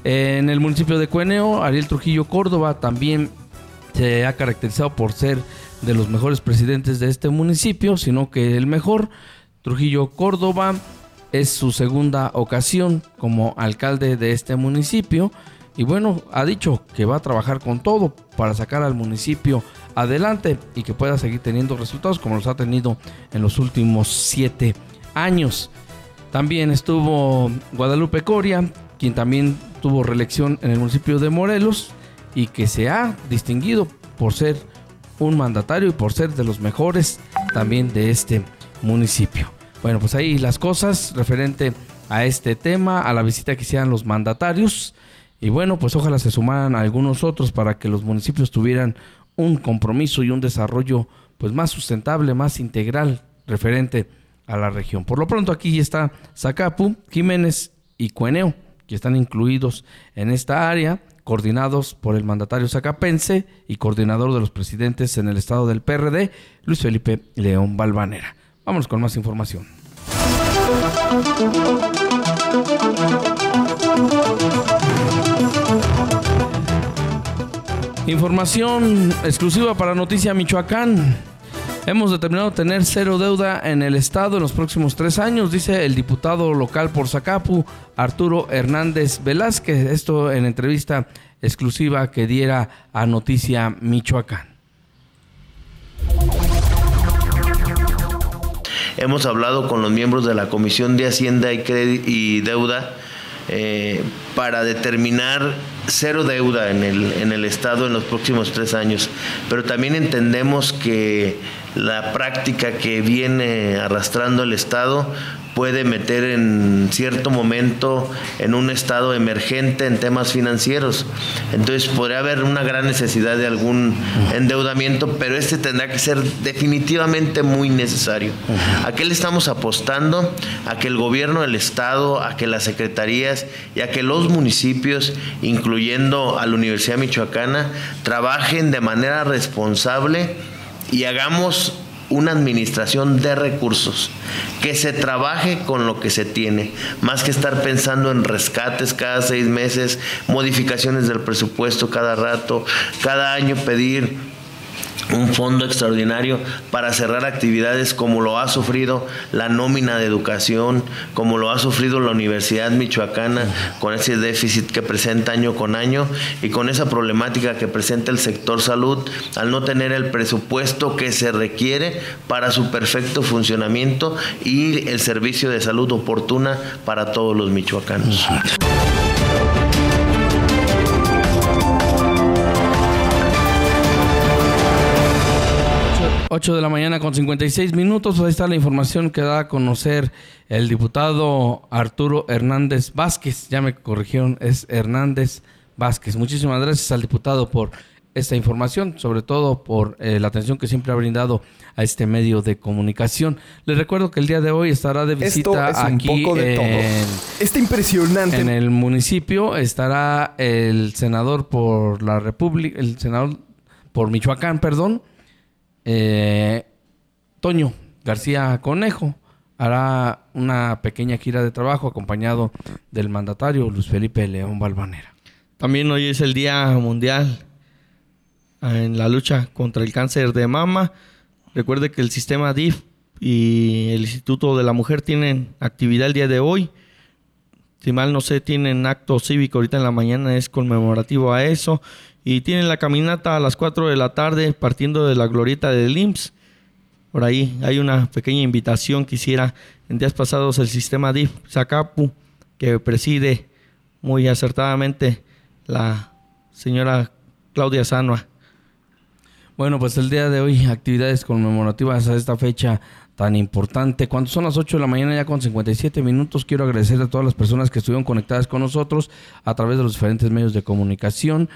En el municipio de Cueneo, Ariel Trujillo Córdoba también se ha caracterizado por ser de los mejores presidentes de este municipio, sino que el mejor. Trujillo Córdoba es su segunda ocasión como alcalde de este municipio y bueno, ha dicho que va a trabajar con todo para sacar al municipio adelante y que pueda seguir teniendo resultados como los ha tenido en los últimos siete años. También estuvo Guadalupe Coria, quien también tuvo reelección en el municipio de Morelos y que se ha distinguido por ser un mandatario y por ser de los mejores también de este municipio. Bueno, pues ahí las cosas referente a este tema, a la visita que hicieran los mandatarios y bueno, pues ojalá se sumaran algunos otros para que los municipios tuvieran un compromiso y un desarrollo pues más sustentable, más integral referente a la región. Por lo pronto aquí está Zacapu, Jiménez y Cueneo, que están incluidos en esta área, coordinados por el mandatario zacapense y coordinador de los presidentes en el estado del P R D, Luis Felipe León Balvanera. Vámonos con más información. Información exclusiva para Noticia Michoacán. Hemos determinado tener cero deuda en el estado en los próximos tres años, dice el diputado local por Zacapu, Arturo Hernández Velázquez. Esto en entrevista exclusiva que diera a Noticia Michoacán. Hemos hablado con los miembros de la Comisión de Hacienda y, Credi- y Deuda eh, para determinar cero deuda en el, en el Estado en los próximos tres años. Pero también entendemos que la práctica que viene arrastrando el Estado puede meter en cierto momento en un estado emergente en temas financieros. Entonces podría haber una gran necesidad de algún endeudamiento, pero este tendrá que ser definitivamente muy necesario. ¿A qué le estamos apostando? A que el gobierno del Estado, a que las secretarías y a que los municipios, incluyendo a la Universidad Michoacana, trabajen de manera responsable y hagamos una administración de recursos, que se trabaje con lo que se tiene, más que estar pensando en rescates cada seis meses, modificaciones del presupuesto cada rato, cada año pedir un fondo extraordinario para cerrar actividades como lo ha sufrido la nómina de educación, como lo ha sufrido la Universidad Michoacana con ese déficit que presenta año con año y con esa problemática que presenta el sector salud al no tener el presupuesto que se requiere para su perfecto funcionamiento y el servicio de salud oportuna para todos los michoacanos. ocho de la mañana con cincuenta y seis minutos. Ahí está la información que da a conocer el diputado Arturo Hernández Vázquez. Ya me corrigieron, es Hernández Vázquez. Muchísimas gracias al diputado por esta información, sobre todo por eh, la atención que siempre ha brindado a este medio de comunicación. Les recuerdo que el día de hoy estará de visita Esto es aquí un poco de en, todo. Está impresionante. En el municipio estará el senador por la República, el senador por Michoacán, perdón, Eh, Toño García Conejo hará una pequeña gira de trabajo acompañado del mandatario Luis Felipe León Valvanera. También hoy es el Día Mundial en la lucha contra el cáncer de mama. Recuerde que el sistema D I F y el Instituto de la Mujer tienen actividad el día de hoy. Si mal no sé, tienen acto cívico ahorita en la mañana, es conmemorativo a eso. Y tienen la caminata a las cuatro de la tarde partiendo de la glorieta del I M S S. Por ahí hay una pequeña invitación que hiciera en días pasados el sistema D I F Zacapu, que preside muy acertadamente la señora Claudia Sanua. Bueno, pues el día de hoy actividades conmemorativas a esta fecha tan importante. Cuando son las ocho de la mañana ya con cincuenta y siete minutos, quiero agradecer a todas las personas que estuvieron conectadas con nosotros a través de los diferentes medios de comunicación.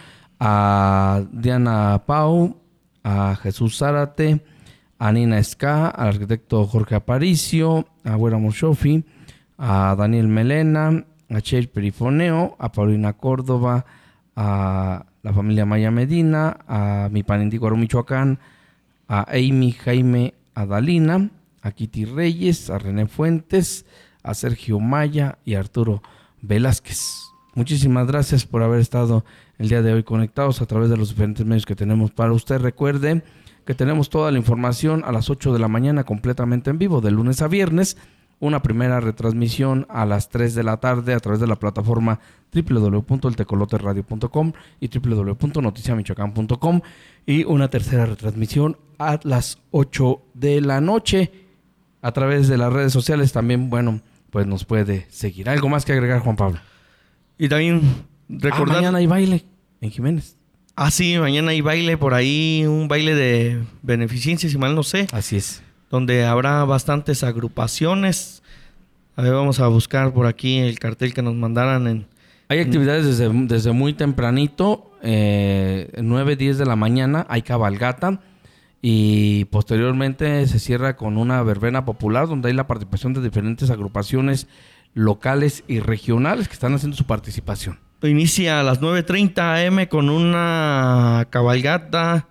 A Diana Pau, a Jesús Zárate, a Nina Esca, al arquitecto Jorge Aparicio, a Güera Moshofi, a Daniel Melena, a Cheir Perifoneo, a Paulina Córdoba, a la familia Maya Medina, a mi Panindícuaro Michoacán, a Amy Jaime Adalina, a Kitty Reyes, a René Fuentes, a Sergio Maya y a Arturo Velázquez. Muchísimas gracias por haber estado el día de hoy conectados a través de los diferentes medios que tenemos para usted. Recuerde que tenemos toda la información a las ocho de la mañana completamente en vivo, de lunes a viernes. Una primera retransmisión a las tres de la tarde a través de la plataforma doble u doble u doble u punto el tecolote radio punto com y doble u doble u doble u punto noticia michoacán punto com. Y una tercera retransmisión a las ocho de la noche a través de las redes sociales. También, bueno, pues nos puede seguir. ¿Algo más que agregar, Juan Pablo? Y también recordar... Ah, mañana hay baile en Jiménez. Ah, sí, mañana hay baile por ahí, un baile de beneficencia, si mal no sé. Así es. Donde habrá bastantes agrupaciones. A ver, vamos a buscar por aquí el cartel que nos mandaran en... Hay actividades desde, desde muy tempranito, eh, nueve, diez de la mañana, hay cabalgata. Y posteriormente se cierra con una verbena popular donde hay la participación de diferentes agrupaciones locales y regionales que están haciendo su participación. Inicia a las nueve treinta a eme con una cabalgata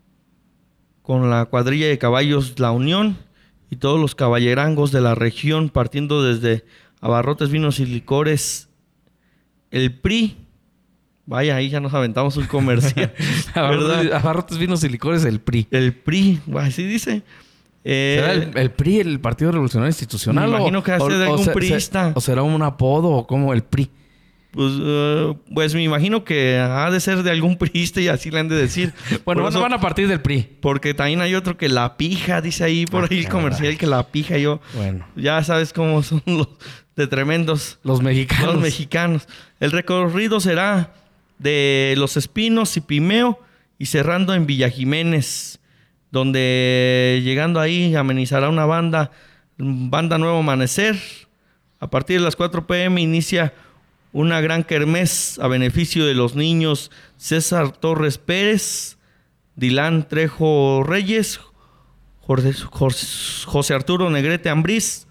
con la cuadrilla de caballos La Unión y todos los caballerangos de la región, partiendo desde Abarrotes, Vinos y Licores, el P R I. Vaya, ahí ya nos aventamos un comercial. ¿Verdad? Abarrotes, Vinos y Licores, el P R I. El P R I, así dice. Eh, ¿Será el, el P R I, el Partido Revolucionario Institucional? Me imagino que hace de algún se, priista. ¿O será un apodo o como el P R I? Pues, uh, pues me imagino que ha de ser de algún priista y así le han de decir. Bueno, eso, van a partir del P R I. Porque también hay otro que La Pija, dice ahí por ahí el comercial, que La Pija. Yo, bueno, ya sabes cómo son los de tremendos. Los mexicanos. Los mexicanos. El recorrido será de Los Espinos y Pimeo y cerrando en Villa Jiménez. donde llegando ahí amenizará una banda, Banda Nuevo Amanecer. A partir de las cuatro pe eme inicia una gran kermés a beneficio de los niños César Torres Pérez, Dilán Trejo Reyes, Jorge, Jorge, José Arturo Negrete Ambriz,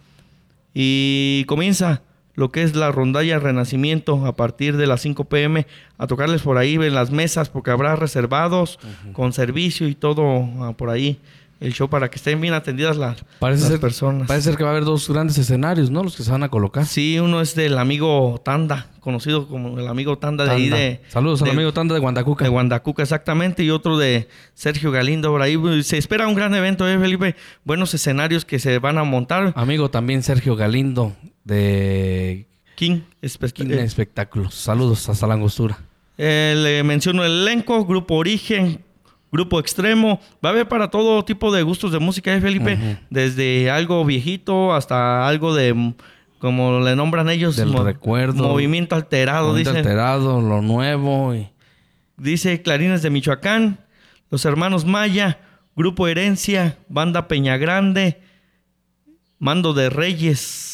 y comienza lo que es la rondalla Renacimiento a partir de las cinco pe eme a tocarles por ahí en las mesas, porque habrá reservados uh-huh. con servicio y todo uh, por ahí el show para que estén bien atendidas las, parece las ser, personas. Parece ser que va a haber dos grandes escenarios, ¿no? Los que se van a colocar. Sí, uno es del amigo Tanda, conocido como el amigo Tanda, Tanda. de ahí de... Saludos de, al amigo Tanda de Guandacuca. De Guandacuca, exactamente. Y otro de Sergio Galindo por ahí. Se espera un gran evento, ¿eh, Felipe? Buenos escenarios que se van a montar. Amigo también Sergio Galindo de... King, Espe- King eh. Espectáculos. Saludos hasta la angostura. Eh, le menciono el elenco, Grupo Origen, Grupo Extremo. Va a haber para todo tipo de gustos de música, ¿eh, Felipe? Uh-huh. Desde algo viejito hasta algo de, como le nombran ellos, del mo- recuerdo. Movimiento alterado. Movimiento dicen. alterado, lo nuevo. Y... Dice Clarines de Michoacán, Los Hermanos Maya, Grupo Herencia, Banda Peña Grande, Mando de Reyes.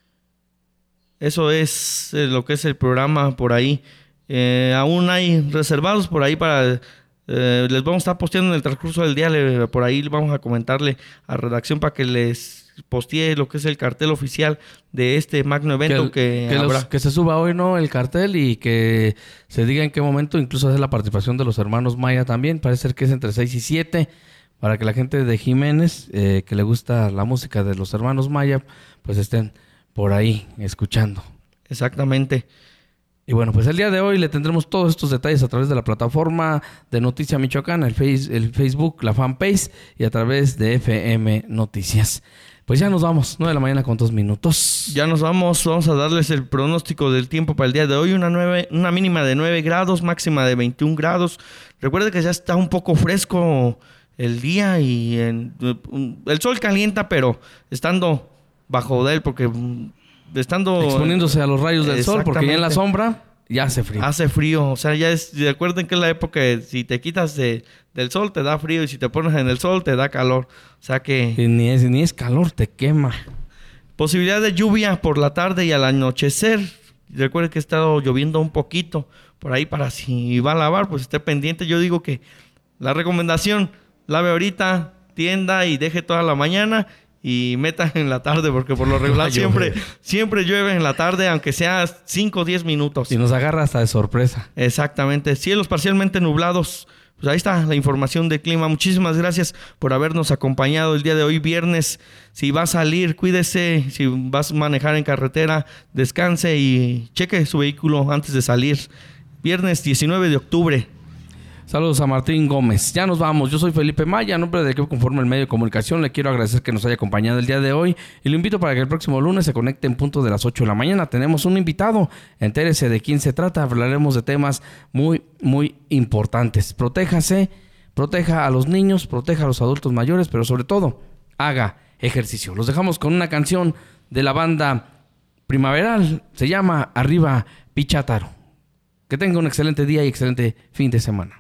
Eso es eh, lo que es el programa por ahí. Eh, aún hay reservados por ahí para... Eh, les vamos a estar posteando en el transcurso del día. Le, por ahí vamos a comentarle a redacción para que les postee lo que es el cartel oficial de este magno evento que, que, que, habrá. Los, que se suba hoy, ¿no? El cartel y que se diga en qué momento incluso hacer la participación de los hermanos Maya también. Parece ser que es entre seis y siete. Para que la gente de Jiménez, eh, que le gusta la música de los hermanos Maya, pues estén por ahí escuchando. Exactamente. Y bueno, pues el día de hoy le tendremos todos estos detalles a través de la plataforma de Noticia Michoacán, el, face, el Facebook, la fanpage y a través de F M Noticias. Pues ya nos vamos, nueve de la mañana con dos minutos. Ya nos vamos, vamos a darles el pronóstico del tiempo para el día de hoy. Una, nueve, una mínima de nueve grados, máxima de veintiún grados. Recuerde que ya está un poco fresco el día y en, el sol calienta, pero estando bajo de él, porque estando... exponiéndose a los rayos del sol, porque ya en la sombra ya hace frío. Hace frío, o sea, ya es... Recuerden que es la época que si te quitas de, del sol te da frío y si te pones en el sol te da calor. O sea que... Y ni es, ni es calor, te quema. Posibilidad de lluvia por la tarde y al anochecer. Recuerden que ha estado lloviendo un poquito por ahí para si va a lavar, pues esté pendiente. Yo digo que la recomendación, lave ahorita, tienda y deje toda la mañana y meta en la tarde, porque por lo regular siempre, siempre llueve en la tarde, aunque sea cinco o diez minutos. Y nos agarra hasta de sorpresa. Exactamente. Cielos parcialmente nublados. Pues ahí está la información del clima. Muchísimas gracias por habernos acompañado el día de hoy, viernes. Si va a salir, cuídese. Si vas a manejar en carretera, descanse y cheque su vehículo antes de salir. Viernes diecinueve de octubre. Saludos a Martín Gómez. Ya nos vamos. Yo soy Felipe Maya, en nombre del equipo conforme el medio de comunicación. Le quiero agradecer que nos haya acompañado el día de hoy y lo invito para que el próximo lunes se conecte en punto de las ocho de la mañana. Tenemos un invitado. Entérese de quién se trata. Hablaremos de temas muy, muy importantes. Protéjase, proteja a los niños, proteja a los adultos mayores, pero sobre todo, haga ejercicio. Los dejamos con una canción de la banda primaveral. Se llama Arriba Pichátaro. Que tenga un excelente día y excelente fin de semana.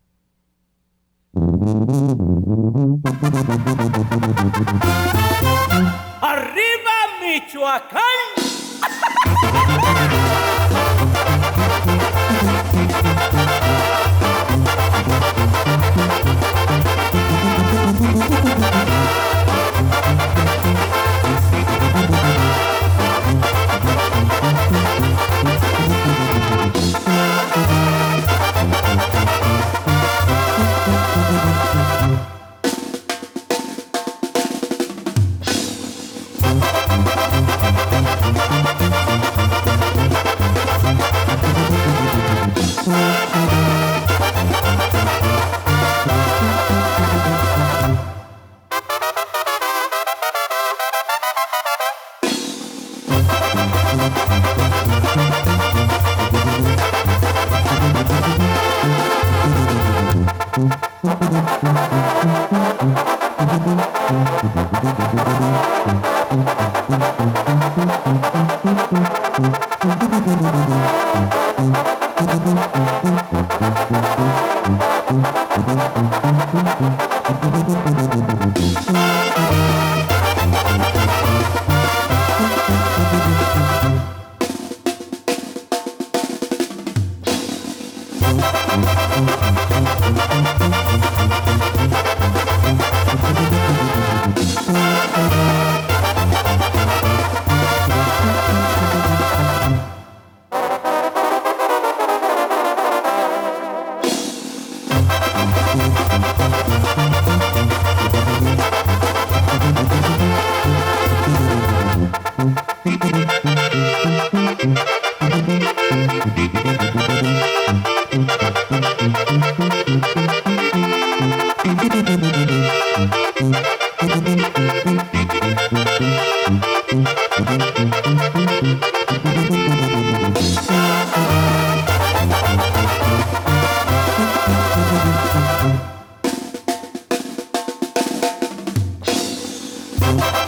¡Arriba Michoacán!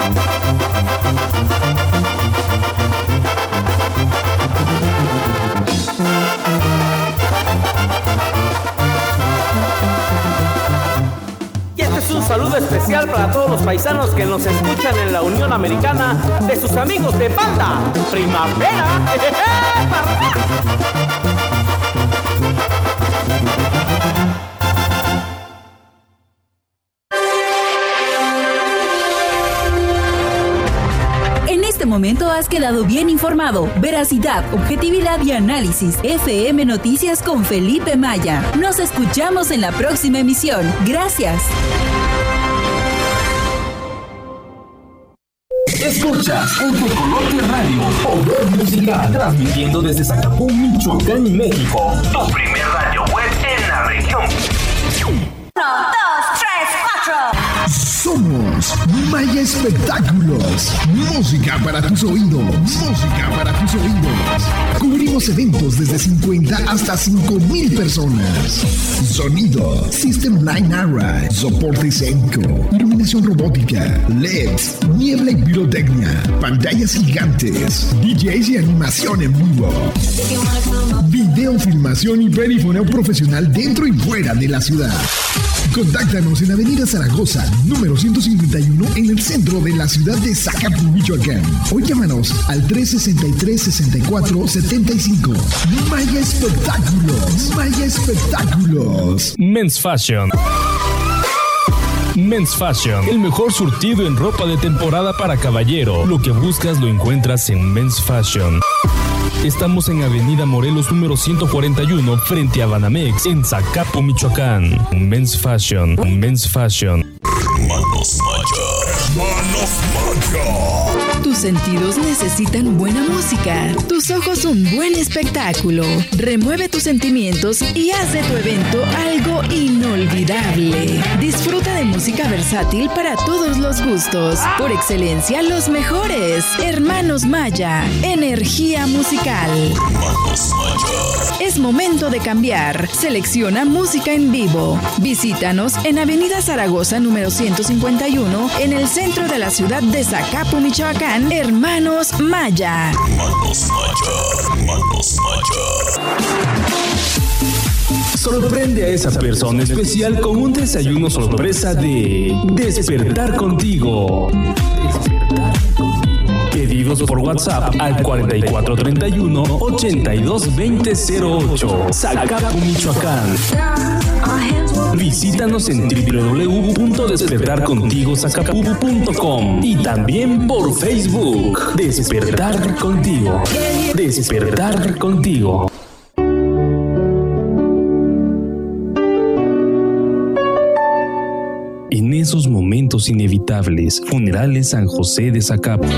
Y este es un saludo especial para todos los paisanos que nos escuchan en la Unión Americana de sus amigos de Banda Primavera. En este momento has quedado bien informado. Veracidad, objetividad y análisis. F M Noticias con Felipe Maya. Nos escuchamos en la próxima emisión. Gracias. Escuchas en Tecolote Radio, Poder Musical, transmitiendo desde Zacapún, Michoacán y México. Tu primer radio web en la región. Uno, dos, tres, cuatro. Somos Maya Espectáculos. Música para tus oídos. Música para tus oídos. Cubrimos eventos desde cincuenta hasta cinco mil personas. Sonido, System Line Array, soporte escénico, iluminación robótica, L E Ds, niebla y pirotecnia, pantallas gigantes, D Js y animación en vivo. Video, filmación y perifoneo profesional dentro y fuera de la ciudad. Contáctanos en Avenida Zaragoza, número ciento cincuenta y uno, en el centro de la ciudad de Zacapú, Michoacán. O llámanos al tres sesenta y tres, sesenta y cuatro, setenta y cinco. Maya Espectáculos. Maya Espectáculos. Men's Fashion. Men's Fashion, el mejor surtido en ropa de temporada para caballero. Lo que buscas lo encuentras en Men's Fashion. Estamos en Avenida Morelos número ciento cuarenta y uno, frente a Banamex, en Zacapú, Michoacán. Men's Fashion, Men's Fashion. Manos Maya. Manos Maya. Tus sentidos necesitan buena música. Tus ojos un buen espectáculo. Remueve tus sentimientos y haz de tu evento algo inolvidable. Disfruta de música versátil para todos los gustos. Por excelencia, los mejores. Hermanos Maya. Energía musical. Manos Maya. Es momento de cambiar. Selecciona música en vivo. Visítanos en Avenida Zaragoza número ciento cincuenta y uno, en el centro de la ciudad de Zacapú, Michoacán. Hermanos Maya. Manos Maya. Manos Maya. Sorprende a esa persona especial con un desayuno sorpresa de Despertar Contigo. Pedidos por WhatsApp al cuarenta y cuatro treinta y uno, ochenta y dos veinte cero ocho. Zacapú, Michoacán. Visítanos en doble u doble u doble u punto despertar contigo zacapú punto com y también por Facebook. Despertar Contigo. Despertar Contigo. En esos momentos inevitables, Funerales San José de Zacapú.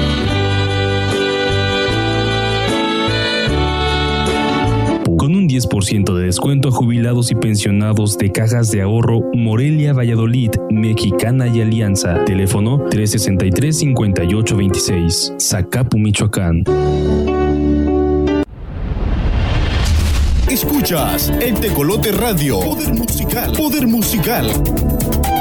Con un diez por ciento de descuento a jubilados y pensionados de Cajas de Ahorro Morelia, Valladolid, Mexicana y Alianza. Teléfono tres sesenta y tres, cincuenta y ocho veintiséis. Zacapú, Michoacán. Escuchas en Tecolote Radio. Poder musical. Poder musical.